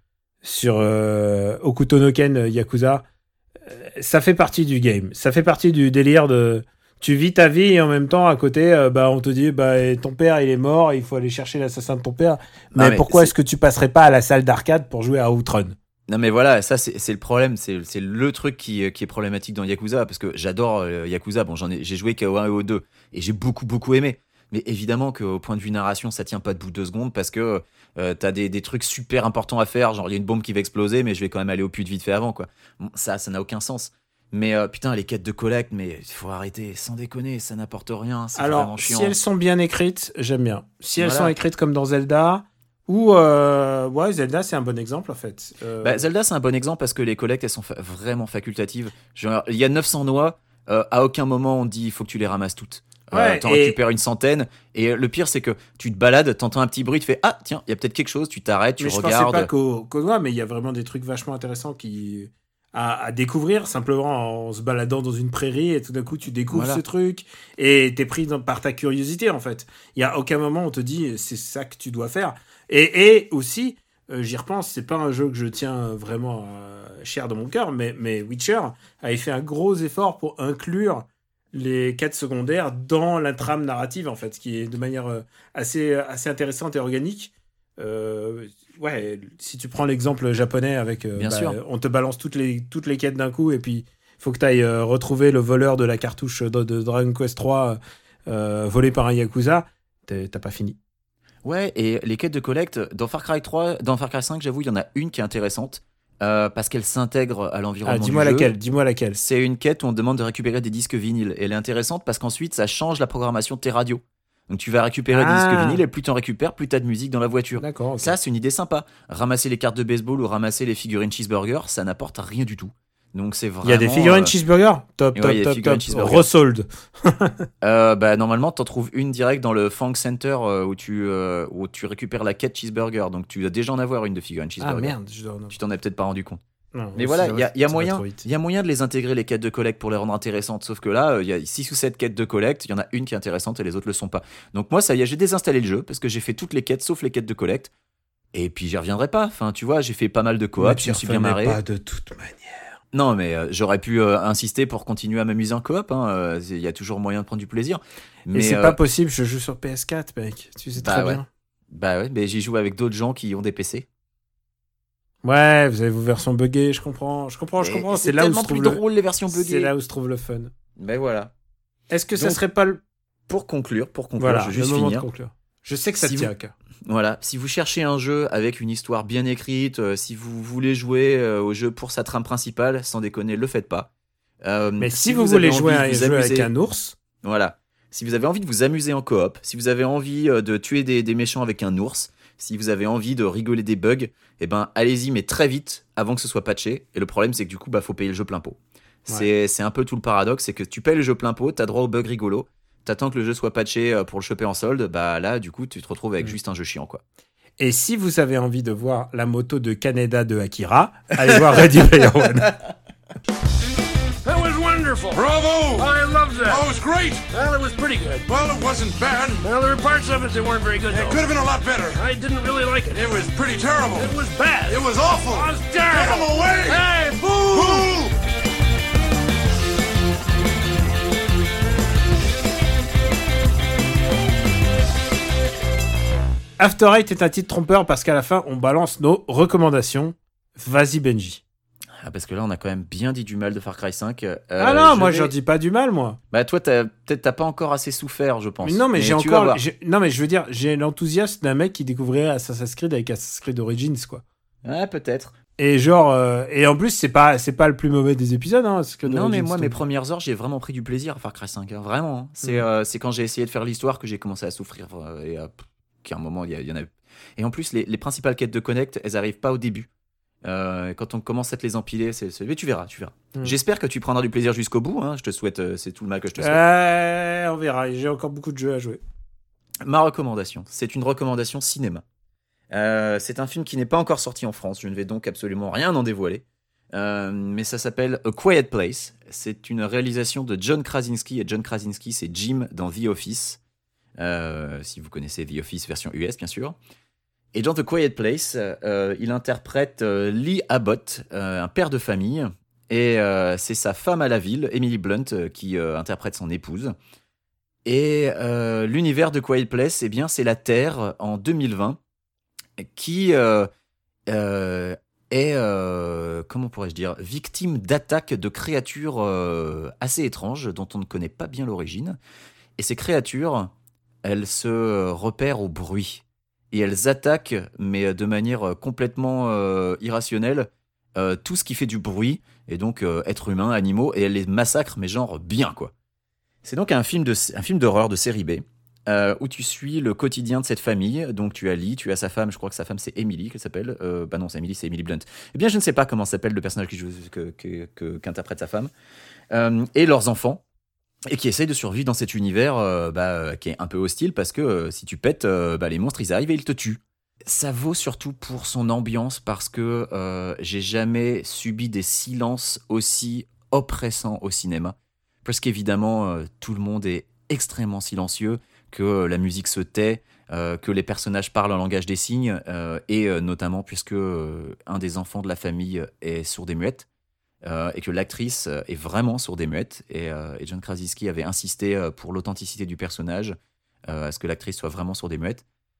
Hokuto no Ken Yakuza. Ça fait partie du game, ça fait partie du délire de tu vis ta vie et en même temps à côté on te dit ton père il est mort, il faut aller chercher l'assassin de ton père. Mais pourquoi est-ce que tu passerais pas à la salle d'arcade pour jouer à Outrun? Non mais voilà, ça c'est le problème, c'est le truc qui est problématique dans Yakuza, parce que j'adore Yakuza, bon j'ai joué qu'au 1 et au 2 et j'ai beaucoup aimé. Mais évidemment qu'au point de vue narration, ça tient pas debout 2 secondes parce que t'as des trucs super importants à faire, genre il y a une bombe qui va exploser mais je vais quand même aller au pute vite fait avant, quoi. Bon, ça n'a aucun sens. Mais putain, les quêtes de collecte, mais il faut arrêter, sans déconner, ça n'apporte rien, c'est vraiment chiant. Si elles sont bien écrites, j'aime bien. Si elles sont écrites comme dans Zelda, ou Zelda c'est un bon exemple en fait. Zelda c'est un bon exemple parce que les collectes elles sont vraiment facultatives. Genre, il y a 900 noix, à aucun moment on dit il faut que tu les ramasses toutes. T'en récupères une centaine, et le pire c'est que tu te balades, t'entends un petit bruit, tu fais ah tiens, il y a peut-être quelque chose, tu t'arrêtes, tu regardes. Je pensais pas qu'aux noix, mais il y a vraiment des trucs vachement intéressants à découvrir simplement en se baladant dans une prairie, et tout d'un coup tu découvres ce truc et t'es pris par ta curiosité en fait. Il y a aucun moment on te dit c'est ça que tu dois faire. Et aussi j'y repense, c'est pas un jeu que je tiens vraiment cher dans mon cœur, mais Witcher avait fait un gros effort pour inclure les quêtes secondaires dans la trame narrative en fait, ce qui est de manière assez intéressante et organique. Si tu prends l'exemple japonais avec on te balance toutes les quêtes d'un coup et puis il faut que tu ailles retrouver le voleur de la cartouche de Dragon Quest 3 volé par un Yakuza, t'as pas fini. Ouais, et les quêtes de collecte dans Far Cry 5, j'avoue, il y en a une qui est intéressante. Parce qu'elle s'intègre à l'environnement du jeu. Dis-moi laquelle. C'est une quête où on te demande de récupérer des disques vinyles. Et elle est intéressante parce qu'ensuite, ça change la programmation de tes radios. Donc tu vas récupérer des disques vinyles et plus t'en récupères, plus t'as de musique dans la voiture. D'accord, okay. Ça, c'est une idée sympa. Ramasser les cartes de baseball ou ramasser les figurines cheeseburger, ça n'apporte rien du tout. Donc c'est vraiment... Il y a des figurines cheeseburger. Top. Resold. Normalement, t'en trouves une directe dans le Fang Center où tu récupères la quête cheeseburger. Donc tu dois déjà en avoir une de figurines cheeseburger. Ah merde, tu t'en as peut-être pas rendu compte. Non, mais voilà, il y a moyen de les intégrer, les quêtes de collecte, pour les rendre intéressantes. Sauf que là, il y a 6 ou 7 quêtes de collecte, il y en a une qui est intéressante et les autres le sont pas. Donc moi, ça y est, j'ai désinstallé le jeu parce que j'ai fait toutes les quêtes sauf les quêtes de collecte. Et puis j'y reviendrai pas. Enfin, tu vois, j'ai fait pas mal de coop, je me suis bien marré. Pas de toute manière. Non, mais j'aurais pu insister pour continuer à m'amuser en coop. Il y a toujours moyen de prendre du plaisir. Mais c'est pas possible, je joue sur PS4, mec. Tu sais très bien. Bah ouais, mais j'y joue avec d'autres gens qui ont des PC. Ouais, vous avez vos versions buggées, je comprends. C'est là où se trouve drôle les versions buggées. C'est là où se trouve le fun. Ben voilà. Est-ce que ça Donc, serait pas le... Pour conclure, Voilà, je vais le juste moment de finir. conclure. Je sais que ça te Si tient vous- à cœur. Voilà, si vous cherchez un jeu avec une histoire bien écrite, si vous voulez jouer au jeu pour sa trame principale, sans déconner, le faites pas. Mais si vous voulez avez jouer envie à de un vous jeu avec amuser- un ours, Voilà. Si vous avez envie de vous amuser en coop, si vous avez envie de tuer des méchants avec un ours, si vous avez envie de rigoler des bugs, eh ben allez-y, mais très vite, avant que ce soit patché. Et le problème, c'est que du coup, faut payer le jeu plein pot. C'est un peu tout le paradoxe, c'est que tu payes le jeu plein pot, t'as droit aux bugs rigolos, t'attends que le jeu soit patché pour le choper en solde, bah là, du coup, tu te retrouves avec juste un jeu chiant, quoi. et si vous avez envie de voir la moto de Kaneda de Akira, allez voir Ready Player One. That was wonderful. Bravo! I loved that. Oh, it was great! Well, it was pretty good. Well, it wasn't bad. Well, there were parts of it that weren't very good, It though. could have been a lot better. I didn't really like it. It was pretty terrible. It was bad. It was awful. It was Get him terrible. away! Hey, boo! Fool! After Eight est un titre trompeur parce qu'à la fin, on balance nos recommandations. Vas-y, Benji. Ah, parce que là, on a quand même bien dit du mal de Far Cry 5. Ah non, je moi, vais- j'en dis pas du mal, moi. Bah, toi, peut-être t'as pas encore assez souffert, je pense. Mais non, mais j'ai tu vas encore... voir. Non, mais je veux dire, j'ai l'enthousiasme d'un mec qui découvrirait Assassin's Creed avec Assassin's Creed Origins, quoi. Ouais, peut-être. Et genre... et en plus, c'est pas le plus mauvais des épisodes, hein. Parce que Non, mais Origins, moi, donc- mes premières heures, j'ai vraiment pris du plaisir à Far Cry 5. Hein, vraiment. Hein. C'est quand j'ai essayé de faire l'histoire que j'ai commencé à souffrir. Et qu'à un moment, il y en a... Et en plus, les principales quêtes de Connect, elles arrivent pas au début. Quand on commence à te les empiler, mais tu verras. J'espère que tu prendras du plaisir jusqu'au bout. Hein. Je te souhaite, c'est tout le mal que je te souhaite. On verra, j'ai encore beaucoup de jeux à jouer. Ma recommandation, c'est une recommandation cinéma. C'est un film qui n'est pas encore sorti en France, je ne vais donc absolument rien en dévoiler. Mais ça s'appelle A Quiet Place. C'est une réalisation de John Krasinski, et John Krasinski, c'est Jim dans The Office. Si vous connaissez The Office version US, bien sûr. Et dans The Quiet Place, il interprète Lee Abbott, un père de famille, et c'est sa femme à la ville, Emily Blunt, qui interprète son épouse. Et l'univers de Quiet Place, eh bien, c'est la Terre en 2020, qui est, comment pourrais-je dire, victime d'attaques de créatures assez étranges, dont on ne connaît pas bien l'origine. Et ces créatures, elles se repèrent au bruit. Et elles attaquent, mais de manière complètement irrationnelle, tout ce qui fait du bruit, et donc êtres humains, animaux, et elles les massacrent, mais genre bien, quoi. C'est donc un film d'horreur de série B, où tu suis le quotidien de cette famille. Donc tu as Lee, tu as sa femme, je crois que sa femme c'est Emily, qu'elle s'appelle. Bah non, c'est Emily Blunt. Eh bien, je ne sais pas comment s'appelle le personnage qu'interprète sa femme. Et leurs enfants, et qui essayent de survivre dans cet univers qui est un peu hostile, parce que si tu pètes, les monstres ils arrivent et ils te tuent. Ça vaut surtout pour son ambiance, parce que j'ai jamais subi des silences aussi oppressants au cinéma. Parce qu'évidemment, tout le monde est extrêmement silencieux, que la musique se tait, que les personnages parlent en langage des signes, et notamment puisque un des enfants de la famille est sourd et muette, et que l'actrice est vraiment sourde et muette, et John Krasinski avait insisté pour l'authenticité du personnage, à ce que l'actrice soit vraiment sourde et muette.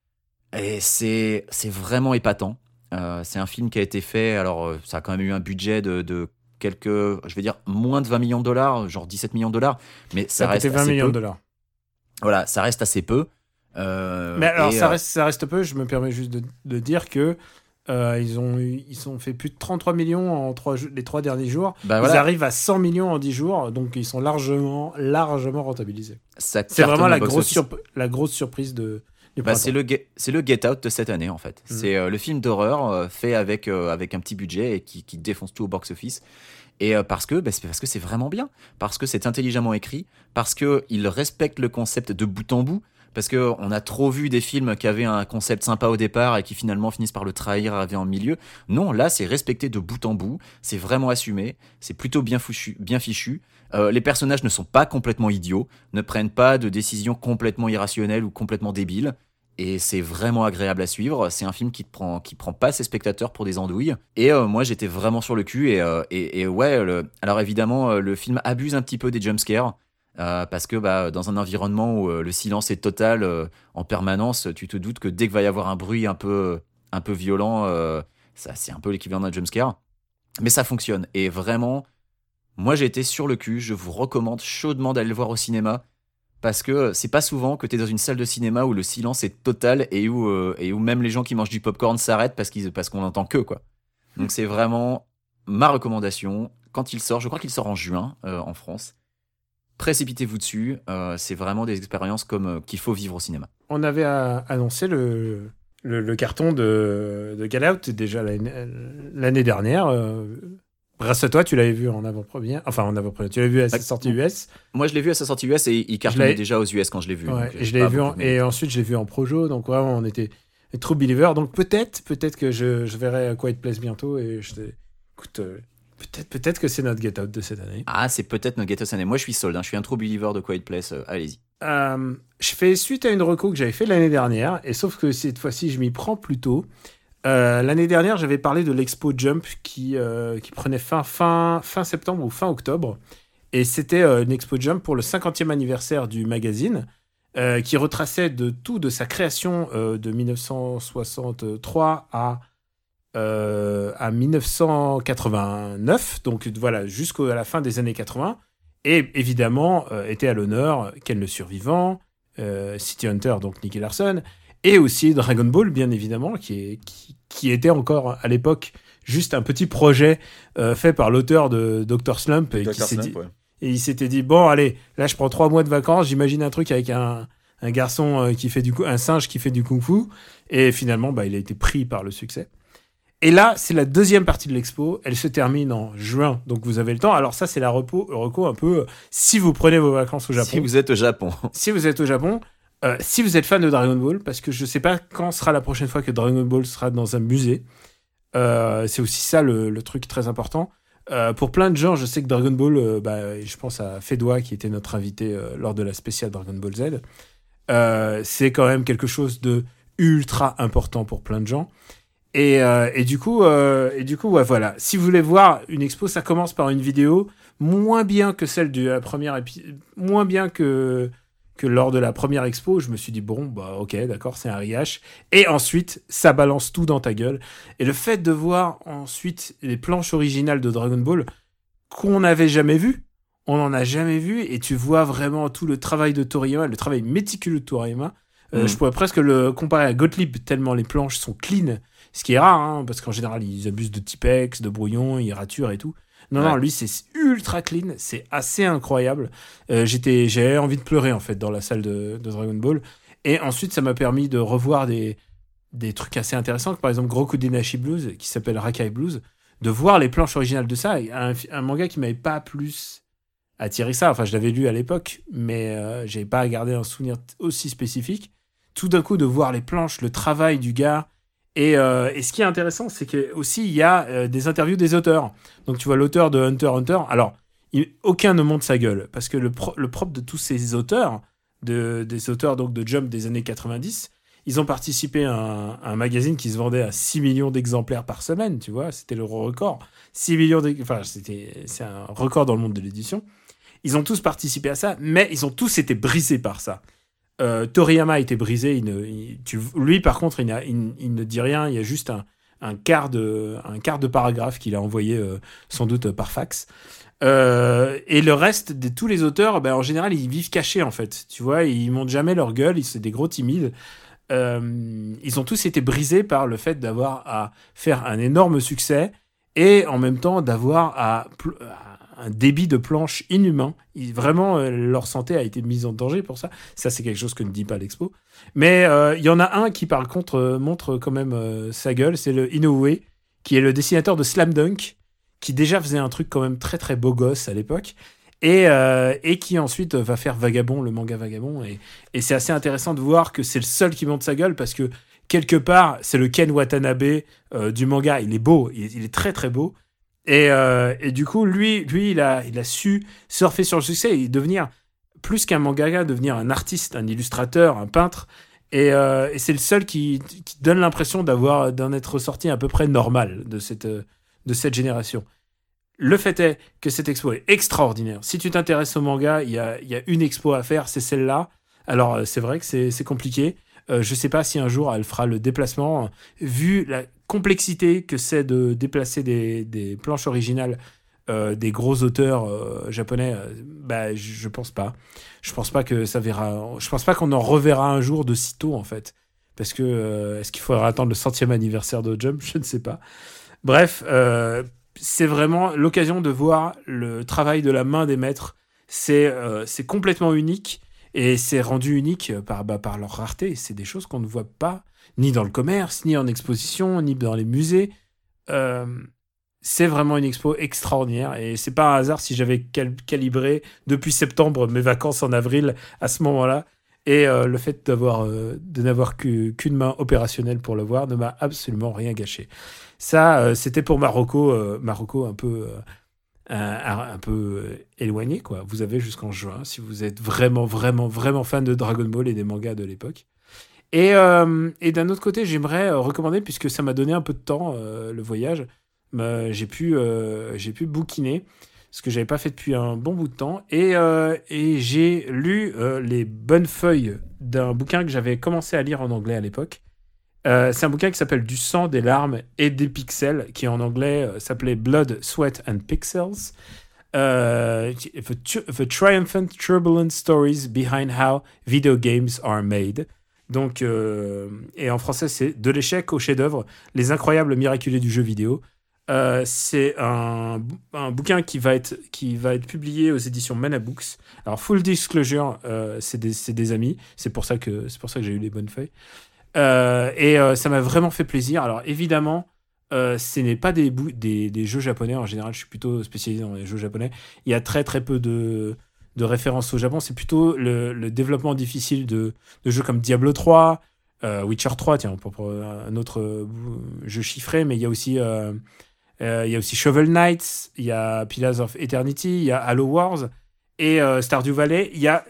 Et c'est vraiment épatant. C'est un film qui a été fait, alors ça a quand même eu un budget de quelques, je vais dire, moins de 20 millions de dollars, genre 17 millions de dollars, mais ça reste 20 assez millions peu. de dollars. Voilà, ça reste assez peu. Mais alors, ça reste peu, je me permets juste de dire que ils ont fait plus de 33 millions en les 3 derniers jours. Bah, ils voilà. arrivent à 100 millions en 10 jours, donc ils sont largement rentabilisés. Ça C'est cartonne vraiment au box-office. la grosse surprise du Bah, printemps. c'est le Get Out de cette année, en fait. C'est le film d'horreur fait avec un petit budget et qui défonce tout au box-office. Et parce que c'est vraiment bien, parce que c'est intelligemment écrit, parce qu'il respecte le concept de bout en bout, parce qu'on a trop vu des films qui avaient un concept sympa au départ et qui finalement finissent par le trahir, arriver en milieu. Non, là, c'est respecté de bout en bout, c'est vraiment assumé, c'est plutôt bien fichu. Les personnages ne sont pas complètement idiots, ne prennent pas de décisions complètement irrationnelles ou complètement débiles. Et c'est vraiment agréable à suivre. C'est un film qui prend pas ses spectateurs pour des andouilles. Et moi, j'étais vraiment sur le cul. Et ouais, alors évidemment, le film abuse un petit peu des jumpscares. Parce que dans un environnement où le silence est total en permanence, tu te doutes que dès qu'il va y avoir un bruit un peu violent, ça, c'est un peu l'équivalent d'un jumpscare. Mais ça fonctionne. Et vraiment, Moi, j'ai été sur le cul. Je vous recommande chaudement d'aller le voir au cinéma. Parce que c'est pas souvent que t'es dans une salle de cinéma où le silence est total et où même les gens qui mangent du popcorn s'arrêtent parce qu'on n'entend que, quoi. Donc c'est vraiment ma recommandation. Quand il sort, je crois qu'il sort en juin en France. Précipitez-vous dessus. C'est vraiment des expériences qu'il faut vivre au cinéma. On avait annoncé le carton de Get Out déjà l'année dernière. Grâce à toi, tu l'avais vu en avant-première. Enfin, en avant-première. Tu l'avais vu à sa sortie US. Moi, je l'ai vu à sa sortie US et il cartonnait déjà aux US quand je l'ai vu. Ouais, donc, et je l'avais vu et ensuite, je l'ai vu en projo. Donc, vraiment, on était trop believers. Donc, peut-être que je verrai Quiet Place bientôt. Et écoute, peut-être que c'est notre Get Out de cette année. Ah, c'est peut-être notre Get Out cette année. Moi, je suis sold. Je suis un true believer de Quiet Place. Allez-y. Je fais suite à une reco que j'avais fait l'année dernière. Et sauf que cette fois-ci, je m'y prends plus tôt. L'année dernière, j'avais parlé de l'Expo Jump qui prenait fin septembre ou fin octobre. Et c'était une Expo Jump pour le 50e anniversaire du magazine qui retraçait de sa création de 1963 à 1989. Donc voilà, jusqu'à la fin des années 80. Et évidemment, était à l'honneur Ken le Survivant, City Hunter, donc Nicky Larson, et aussi Dragon Ball, bien évidemment, qui était encore à l'époque juste un petit projet fait par l'auteur de Dr. Slump. Et il s'était dit, bon, allez, là, je prends 3 mois de vacances, j'imagine un truc avec un garçon qui fait un singe qui fait du kung-fu. Et finalement, il a été pris par le succès. Et là, c'est la deuxième partie de l'expo. Elle se termine en juin, donc vous avez le temps. Alors ça, c'est la reco un peu si vous prenez vos vacances au Japon. Si vous êtes au Japon. Si vous êtes au Japon. Si vous êtes fan de Dragon Ball, parce que je sais pas quand sera la prochaine fois que Dragon Ball sera dans un musée. C'est aussi ça le truc très important. Pour plein de gens, je sais que Dragon Ball, je pense à Fedwa qui était notre invité lors de la spéciale Dragon Ball Z. C'est quand même quelque chose de ultra important pour plein de gens. Et du coup, ouais, voilà. Si vous voulez voir une expo, ça commence par une vidéo moins bien que celle de la première moins bien que lors de la première expo. Je me suis dit, bon, ok, d'accord, c'est un rehash. Et ensuite, ça balance tout dans ta gueule. Et le fait de voir ensuite les planches originales de Dragon Ball qu'on n'avait jamais vues, on n'en a jamais vu, et tu vois vraiment tout le travail de Toriyama, le travail méticuleux de Toriyama. Je pourrais presque le comparer à Gottlieb, tellement les planches sont clean. Ce qui est rare, parce qu'en général, ils abusent de Tipex, de brouillon, ils raturent et tout. Non, lui, c'est ultra clean, c'est assez incroyable. J'avais envie de pleurer, en fait, dans la salle de Dragon Ball. Et ensuite, ça m'a permis de revoir des trucs assez intéressants, par exemple Gokudenashi Blues, qui s'appelle Rakai Blues, de voir les planches originales de ça. Un manga qui m'avait pas plus attiré ça. Enfin, je l'avais lu à l'époque, mais j'avais pas gardé un souvenir aussi spécifique. Tout d'un coup, de voir les planches, le travail du gars. Et ce qui est intéressant, c'est qu'aussi, il y a des interviews des auteurs. Donc, tu vois l'auteur de Hunter x Hunter. Alors, aucun ne monte sa gueule. Parce que le propre de tous ces auteurs, des auteurs donc, de Jump des années 90, ils ont participé à un magazine qui se vendait à 6 millions d'exemplaires par semaine, tu vois. C'était le record. 6 millions c'est un record dans le monde de l'édition. Ils ont tous participé à ça, mais ils ont tous été brisés par ça. Toriyama a été brisé. Lui, par contre, il ne dit rien. Il y a juste un quart de paragraphe qu'il a envoyé sans doute par fax. Et le reste de tous les auteurs, en général, ils vivent cachés, en fait. Tu vois, ils montrent jamais leur gueule. C'est des gros timides. Ils ont tous été brisés par le fait d'avoir à faire un énorme succès et en même temps d'avoir un débit de planches inhumain. Vraiment, leur santé a été mise en danger pour ça. Ça, c'est quelque chose que ne dit pas l'expo. Mais il y en a un qui, par contre, montre quand même sa gueule. C'est le Inoue, qui est le dessinateur de Slam Dunk, qui déjà faisait un truc quand même très, très beau gosse à l'époque. Et qui ensuite va faire Vagabond, le manga Vagabond. Et c'est assez intéressant de voir que c'est le seul qui monte sa gueule, parce que, quelque part, c'est le Ken Watanabe du manga. Il est beau, il est très, très beau. Et du coup, lui il a su surfer sur le succès et devenir, plus qu'un mangaka, devenir un artiste, un illustrateur, un peintre. Et c'est le seul qui donne l'impression d'en être sorti à peu près normal de cette génération. Le fait est que cette expo est extraordinaire. Si tu t'intéresses au manga, il y a une expo à faire, c'est celle-là. Alors, c'est vrai que c'est compliqué. Je sais pas si un jour elle fera le déplacement, vu la complexité que c'est de déplacer des planches originales des gros auteurs japonais, je pense pas. Je pense pas que ça verra. Je pense pas qu'on en reverra un jour de sitôt en fait. Parce que est-ce qu'il faudra attendre le 100e anniversaire de Jump ? Je ne sais pas. Bref, c'est vraiment l'occasion de voir le travail de la main des maîtres. C'est complètement unique et c'est rendu unique par leur rareté. C'est des choses qu'on ne voit pas ni dans le commerce, ni en exposition, ni dans les musées. C'est vraiment une expo extraordinaire et c'est pas un hasard si j'avais calibré depuis septembre mes vacances en avril à ce moment-là. Et le fait de n'avoir qu'une main opérationnelle pour le voir ne m'a absolument rien gâché. Ça, c'était pour Marocco un peu éloigné, quoi. Vous avez jusqu'en juin, si vous êtes vraiment, vraiment, vraiment fan de Dragon Ball et des mangas de l'époque. Et d'un autre côté, j'aimerais recommander, puisque ça m'a donné un peu de temps, le voyage, j'ai pu bouquiner, ce que j'avais pas fait depuis un bon bout de temps, et j'ai lu les bonnes feuilles d'un bouquin que j'avais commencé à lire en anglais à l'époque. C'est un bouquin qui s'appelle Du sang, des larmes et des pixels, qui en anglais s'appelait Blood, Sweat and Pixels. The Triumphant Turbulent Stories Behind How Video Games Are Made. Donc, et en français, c'est De l'échec au chef-d'œuvre, les incroyables miraculés du jeu vidéo. C'est un bouquin qui va être publié aux éditions Mana Books. Alors, full disclosure, c'est des amis. C'est pour ça que j'ai eu les bonnes feuilles. Et ça m'a vraiment fait plaisir. Alors, évidemment, ce n'est pas des jeux japonais. En général, je suis plutôt spécialisé dans les jeux japonais. Il y a très, très peu de références au Japon. C'est plutôt le développement difficile de jeux comme Diablo 3, Witcher 3, tiens, pour un autre jeu chiffré, mais il y a aussi Shovel Knight, il y a Pillars of Eternity, il y a Halo Wars et Stardew Valley.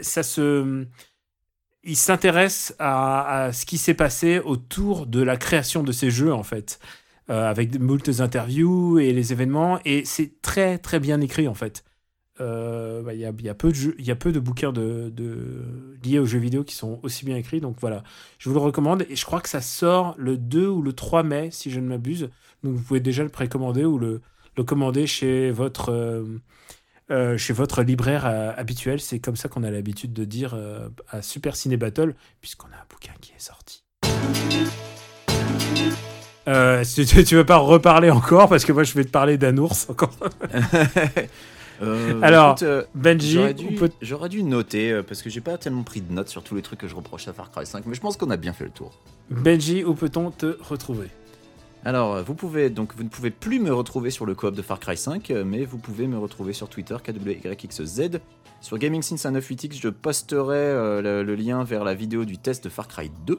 Il s'intéresse à ce qui s'est passé autour de la création de ces jeux, en fait, avec moult interviews et les événements, et c'est très, très bien écrit, en fait. Il y a peu de bouquins liés aux jeux vidéo qui sont aussi bien écrits, donc voilà, je vous le recommande, et je crois que ça sort le 2 ou le 3 mai, si je ne m'abuse, donc vous pouvez déjà le précommander ou le commander chez votre libraire habituel. C'est comme ça qu'on a l'habitude de dire à Super Ciné Battle, puisqu'on a un bouquin qui est sorti. Tu veux pas reparler encore, parce que moi je vais te parler d'un ours encore. Alors, écoute, Benji, j'aurais dû noter, parce que j'ai pas tellement pris de notes sur tous les trucs que je reproche à Far Cry 5, mais je pense qu'on a bien fait le tour. Benji, où peut-on te retrouver ? Alors, vous ne pouvez plus me retrouver sur le coop de Far Cry 5, mais vous pouvez me retrouver sur Twitter, KWYXZ. Sur Gaming Since 98X, je posterai le lien vers la vidéo du test de Far Cry 2.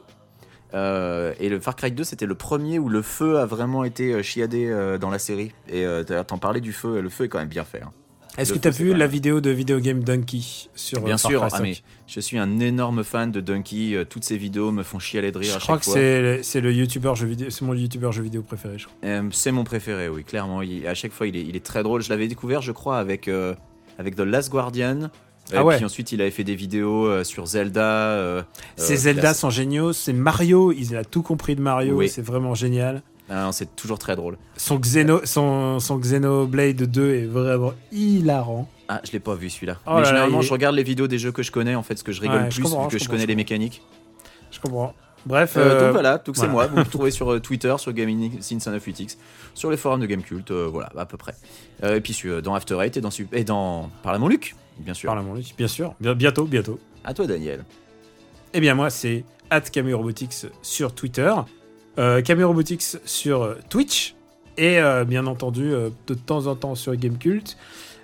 Et le Far Cry 2, c'était le premier où le feu a vraiment été chiadé dans la série. Et t'en parlais du feu, le feu est quand même bien fait. Hein. Est-ce que tu as vu la vidéo de Video Game Donkey sur Bien Far sûr, Cry 5 mais je suis un énorme fan de Donkey. Toutes ses vidéos me font chialer de rire à chaque fois. Je crois que c'est le youtubeur jeu vidéo, c'est mon youtubeur jeu vidéo préféré, je crois. C'est mon préféré, oui, clairement. À chaque fois, il est très drôle. Je l'avais découvert, je crois, avec The Last Guardian. Et puis ensuite, il avait fait des vidéos sur Zelda. Ces Zelda sont géniaux. C'est Mario, il a tout compris de Mario. Oui. C'est vraiment génial. Ah, c'est toujours très drôle. Son Xenoblade 2 est vraiment hilarant. Ah, je l'ai pas vu celui-là. Mais généralement, je regarde les vidéos des jeux que je connais, en fait, ce que je rigole plus, vu que je connais les mécaniques. Je comprends. Bref. Donc voilà, c'est moi. Vous me trouvez sur Twitter, sur Gaming Since 98X, sur les forums de Gamecult, voilà, à peu près. Et puis dans After Eight et dans Parle à mon Luc, bien sûr. Parle à mon Luc, bien sûr. Bientôt. À toi, Daniel. Eh bien, moi, c'est @CamuRobotics sur Twitter, CamuRobotics sur Twitch, et bien entendu, de temps en temps sur Gamecult.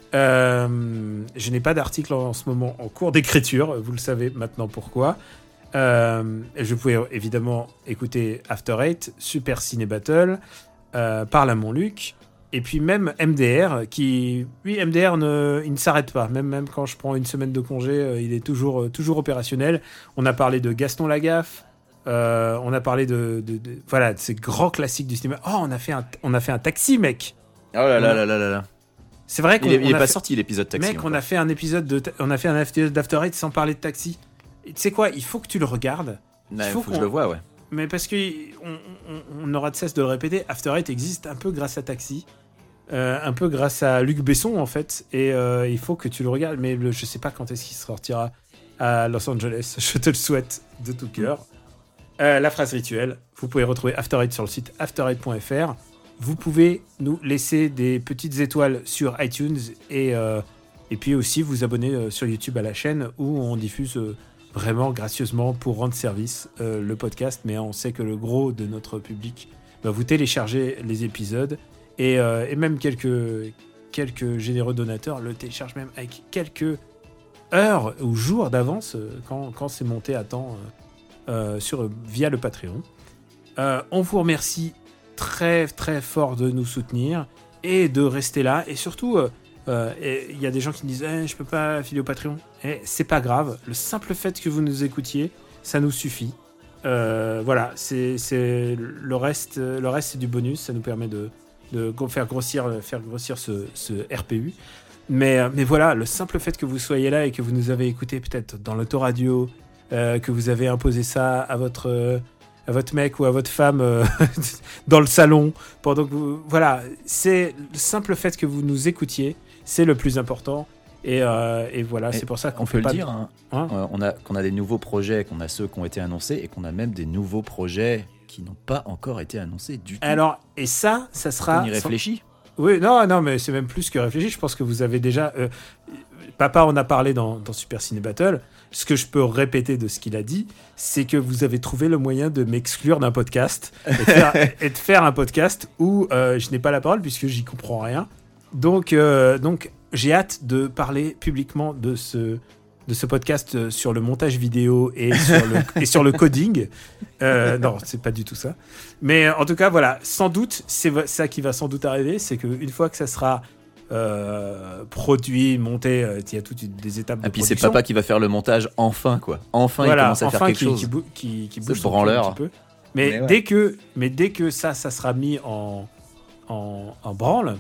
Je n'ai pas d'article en ce moment en cours d'écriture, vous le savez maintenant pourquoi. Je pouvais évidemment écouter After Eight, Super Ciné Battle, Parle à mon Luc, et puis même MDR, il ne s'arrête pas. Même quand je prends une semaine de congé, il est toujours opérationnel. On a parlé de Gaston Lagaffe, on a parlé de ces grands classiques du cinéma. Oh, on a fait un taxi, mec. Oh là là. C'est vrai qu'il n'est pas sorti l'épisode taxi. Mec, on a fait un épisode d'After Eight sans parler de taxi. Tu sais quoi, il faut que tu le regardes. Il faut que je le vois, ouais. Mais parce que on aura de cesse de le répéter, After Eight existe un peu grâce à Taxi. un peu grâce à Luc Besson en fait, et il faut que tu le regardes, mais je sais pas quand est-ce qu'il sortira à Los Angeles. Je te le souhaite de tout cœur. La phrase rituelle, vous pouvez retrouver After Eight sur le site after8.fr. Vous pouvez nous laisser des petites étoiles sur iTunes et puis aussi vous abonner sur YouTube à la chaîne où on diffuse vraiment gracieusement pour rendre service le podcast, mais on sait que le gros de notre public va vous télécharger les épisodes et même quelques généreux donateurs le téléchargent même avec quelques heures ou jours d'avance quand c'est monté à temps via le Patreon. On vous remercie très très fort de nous soutenir et de rester là, et surtout il y a des gens qui me disent je peux pas filer au Patreon, et c'est pas grave, le simple fait que vous nous écoutiez ça nous suffit. Voilà, c'est le reste c'est du bonus, ça nous permet de faire grossir ce RPU, mais voilà, le simple fait que vous soyez là et que vous nous avez écouté peut-être dans l'autoradio, que vous avez imposé ça à votre mec ou à votre femme dans le salon pendant que vous... Voilà, c'est le simple fait que vous nous écoutiez, c'est le plus important. Et voilà, c'est pour ça qu'on peut peut le dire. Qu'on a des nouveaux projets, qu'on a ceux qui ont été annoncés et qu'on a même des nouveaux projets qui n'ont pas encore été annoncés du tout. Alors, et ça sera... On y réfléchit. Oui, non, mais c'est même plus que réfléchi. Je pense que vous avez déjà... Papa en a parlé dans Super Ciné Battle. Ce que je peux répéter de ce qu'il a dit, c'est que vous avez trouvé le moyen de m'exclure d'un podcast et de faire un podcast où je n'ai pas la parole puisque j'y comprends rien. Donc j'ai hâte de parler publiquement de ce podcast sur le montage vidéo et sur le coding. Non, c'est pas du tout ça. Mais en tout cas, voilà, sans doute, c'est ça qui va sans doute arriver, c'est qu'une fois que ça sera produit, monté, il y a toutes des étapes de production. Et puis c'est papa qui va faire le montage enfin, quoi. Enfin, voilà, il commence à faire quelque chose. Qui bouge son branleur. Un petit peu. Mais ouais. dès que ça sera mis en branle,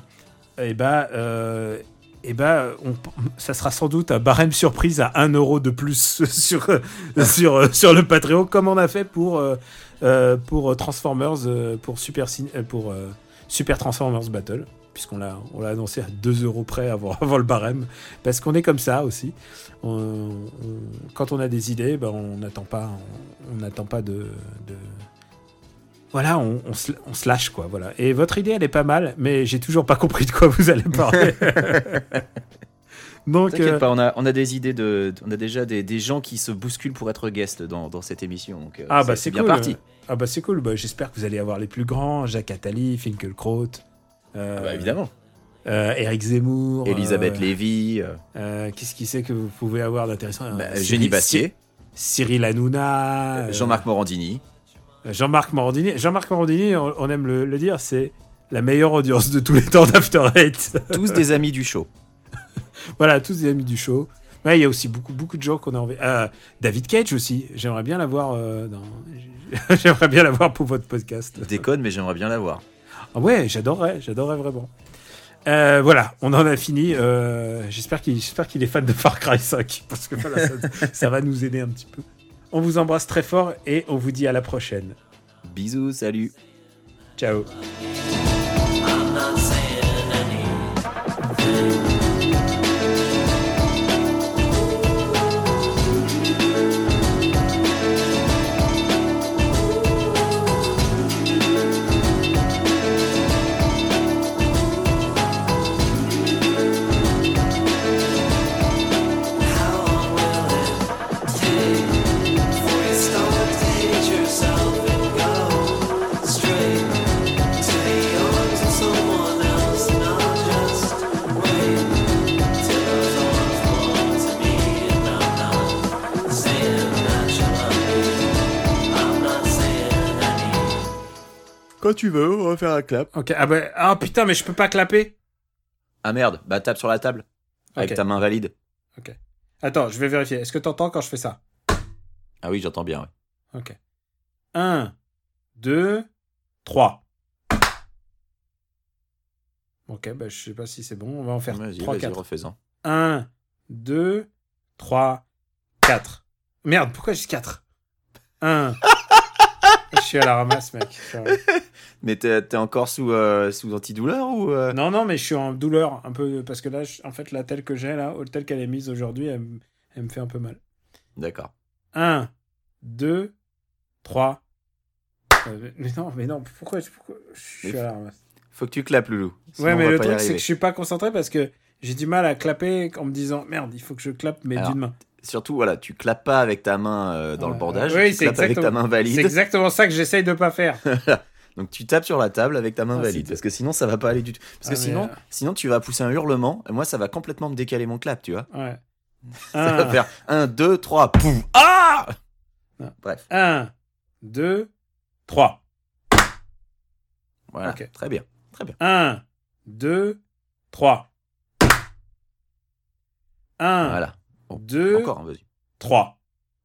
ça sera sans doute un barème surprise à 1 euro de plus sur le Patreon, comme on a fait pour Transformers, pour Super Transformers Battle, puisqu'on l'a annoncé à 2 euros près avant le barème, parce qu'on est comme ça aussi. Quand on a des idées, on n'attend pas de voilà, on se lâche, quoi, voilà. Et votre idée, elle est pas mal, mais j'ai toujours pas compris de quoi vous allez parler. Donc, t'inquiète pas, on a des idées on a déjà des gens qui se bousculent pour être guest dans cette émission. Donc, c'est bien cool. parti. C'est cool. J'espère que vous allez avoir les plus grands, Jacques Attali, Finkielkraut. Évidemment. Éric Zemmour. Elisabeth Lévy. Qu'est-ce qui c'est que vous pouvez avoir d'intéressant? Génie Bastier. Cyril Hanouna. Jean-Marc Morandini. Jean-Marc Morandini, on aime le dire, c'est la meilleure audience de tous les temps d'After Eight. Tous des amis du show. Voilà, tous des amis du show. Ouais, il y a aussi beaucoup de gens qu'on a envie. David Cage aussi, j'aimerais bien l'avoir j'aimerais bien l'avoir pour votre podcast. Déconne, mais j'aimerais bien l'avoir. Ah ouais, j'adorerais vraiment. Voilà, on en a fini. J'espère qu'il est fan de Far Cry 5, parce que voilà, ça va nous aider un petit peu. On vous embrasse très fort et on vous dit à la prochaine. Bisous, salut. Ciao. Quand tu veux, on va faire un clap. Ok, putain, mais je peux pas clapper. Ah merde, tape sur la table. Avec ta main valide. Ok. Attends, je vais vérifier. Est-ce que t'entends quand je fais ça? Ah oui, j'entends bien, ouais. Ok. 1, 2, 3. Ok, je sais pas si c'est bon. On va en faire 3, 4. Refais-en. 1, 2, 3, 4. Merde, pourquoi j'ai 4? 1... Je suis à la ramasse, mec. Mais t'es encore sous antidouleur ou Non, mais je suis en douleur un peu parce que là, en fait, la telle que j'ai là, telle qu'elle est mise aujourd'hui, elle me fait un peu mal. D'accord. 1, 2, 3. Mais non, pourquoi je suis à la ramasse. Faut que tu clapes, Loulou. Sinon, Ouais, mais on va le pas y truc, c'est arriver. que je suis pas concentré parce que j'ai du mal à clapper en me disant merde, il faut que je clappe, mais Alors, d'une main. Surtout, voilà, tu clapes pas avec ta main dans le bordage, Oui, tu c'est clapes avec ta main valide. C'est exactement ça que j'essaye de pas faire. Donc tu tapes sur la table avec ta main valide, c'est- parce que sinon ça va pas aller du tout. Parce que sinon tu vas pousser un hurlement, et moi ça va complètement me décaler mon clap, tu vois. Ouais. Ça va faire 1, 2, 3, pouf, ah Non. Bref, 1, 2, 3. voilà, Ok. très bien. 1, 2, 3. 1, Voilà, 2, encore un vas-y. 3.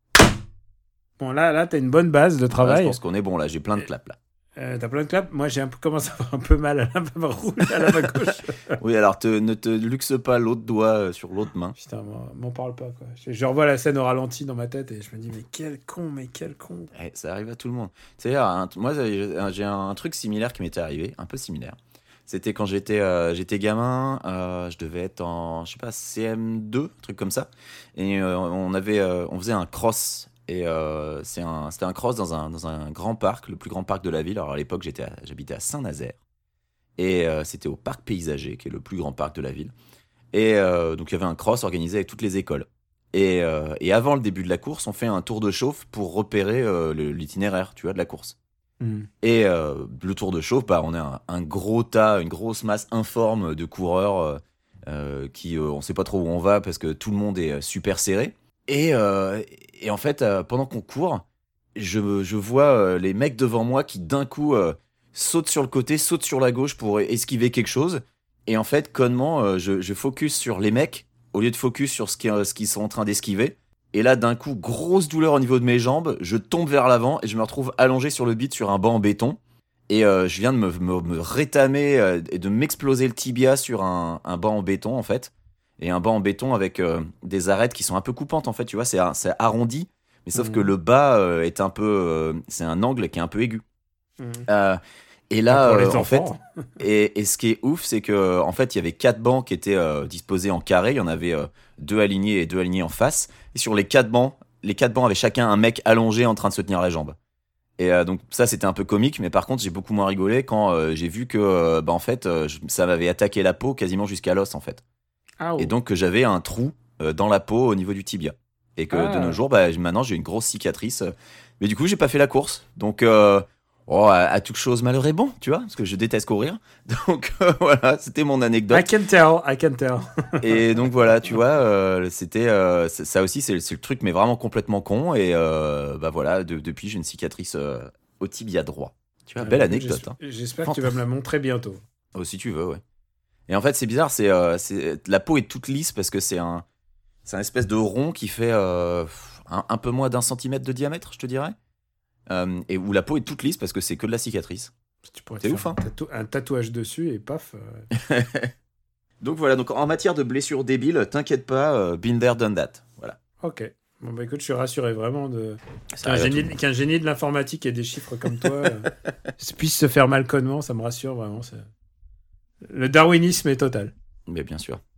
Bon, là, t'as une bonne base de Là, travail. je pense qu'on est bon là, j'ai plein de claps là. T'as plein de claps. Moi, j'ai commencé à avoir un peu mal à la main rouge, à la main gauche. Oui, alors ne te luxe pas l'autre doigt sur l'autre main. Putain, m'en parle pas, quoi. Je revois la scène au ralenti dans ma tête et je me dis, mais quel con. Eh, ça arrive à tout le monde. Tu sais, moi j'ai un truc similaire qui m'était arrivé, un peu similaire. C'était quand j'étais gamin, je devais être en, je sais pas, CM2, un truc comme ça. Et on faisait un cross. Et c'était un cross dans un grand parc, le plus grand parc de la ville. Alors à l'époque, j'habitais à Saint-Nazaire. Et c'était au parc paysager, qui est le plus grand parc de la ville. Et donc il y avait un cross organisé avec toutes les écoles. Et avant le début de la course, on fait un tour de chauffe pour repérer l'itinéraire, tu vois, de la course. Et le tour de chauffe, on a un gros tas, une grosse masse informe de coureurs qui on sait pas trop où on va parce que tout le monde est super serré. Et en fait, pendant qu'on court, je vois les mecs devant moi qui d'un coup sautent sur le côté, sautent sur la gauche pour esquiver quelque chose. Et en fait, connement, je focus sur les mecs au lieu de focus sur ce qu'ils sont en train d'esquiver. Et là, d'un coup, grosse douleur au niveau de mes jambes, je tombe vers l'avant et je me retrouve allongé sur le bitume sur un banc en béton. Et je viens de me rétamer et de m'exploser le tibia sur un banc en béton, en fait. Et un banc en béton avec des arêtes qui sont un peu coupantes, en fait, tu vois, c'est arrondi, mais sauf que le bas est un peu... c'est un angle qui est un peu aigu. Et là, en fait, et ce qui est ouf, c'est que en fait, il y avait 4 bancs qui étaient disposés en carré. Il y en avait 2 alignés et 2 alignés en face. Et sur les 4 bancs avaient chacun un mec allongé en train de se tenir la jambe. Et donc ça, c'était un peu comique. Mais par contre, j'ai beaucoup moins rigolé quand j'ai vu que, en fait, ça m'avait attaqué la peau quasiment jusqu'à l'os, en fait. Et donc j'avais un trou dans la peau au niveau du tibia. Et que de nos jours, maintenant, j'ai une grosse cicatrice. Mais du coup, j'ai pas fait la course. Donc à toute chose, malheur est bon, tu vois, parce que je déteste courir. Donc voilà, c'était mon anecdote. I can tell. Et donc voilà, tu vois, c'était ça aussi, c'est le truc, mais vraiment complètement con. Et voilà, depuis j'ai une cicatrice au tibia droit. Tu vois, belle anecdote. J'espère que tu vas me la montrer bientôt. Oh, si tu veux, ouais. Et en fait, c'est bizarre, la peau est toute lisse parce que c'est un espèce de rond qui fait un peu moins d'1 centimètre de diamètre, je te dirais. Et où la peau est toute lisse parce que c'est que de la cicatrice. Tu pourrais c'est te ouf, faire hein. un tatouage dessus et paf. Donc voilà, donc en matière de blessures débiles, t'inquiète pas, been there, done that. Voilà. Ok. Bon bah écoute, je suis rassuré vraiment qu'un génie de l'informatique et des chiffres comme toi puisse se faire mal connement, ça me rassure vraiment. Le darwinisme est total. Mais bien sûr.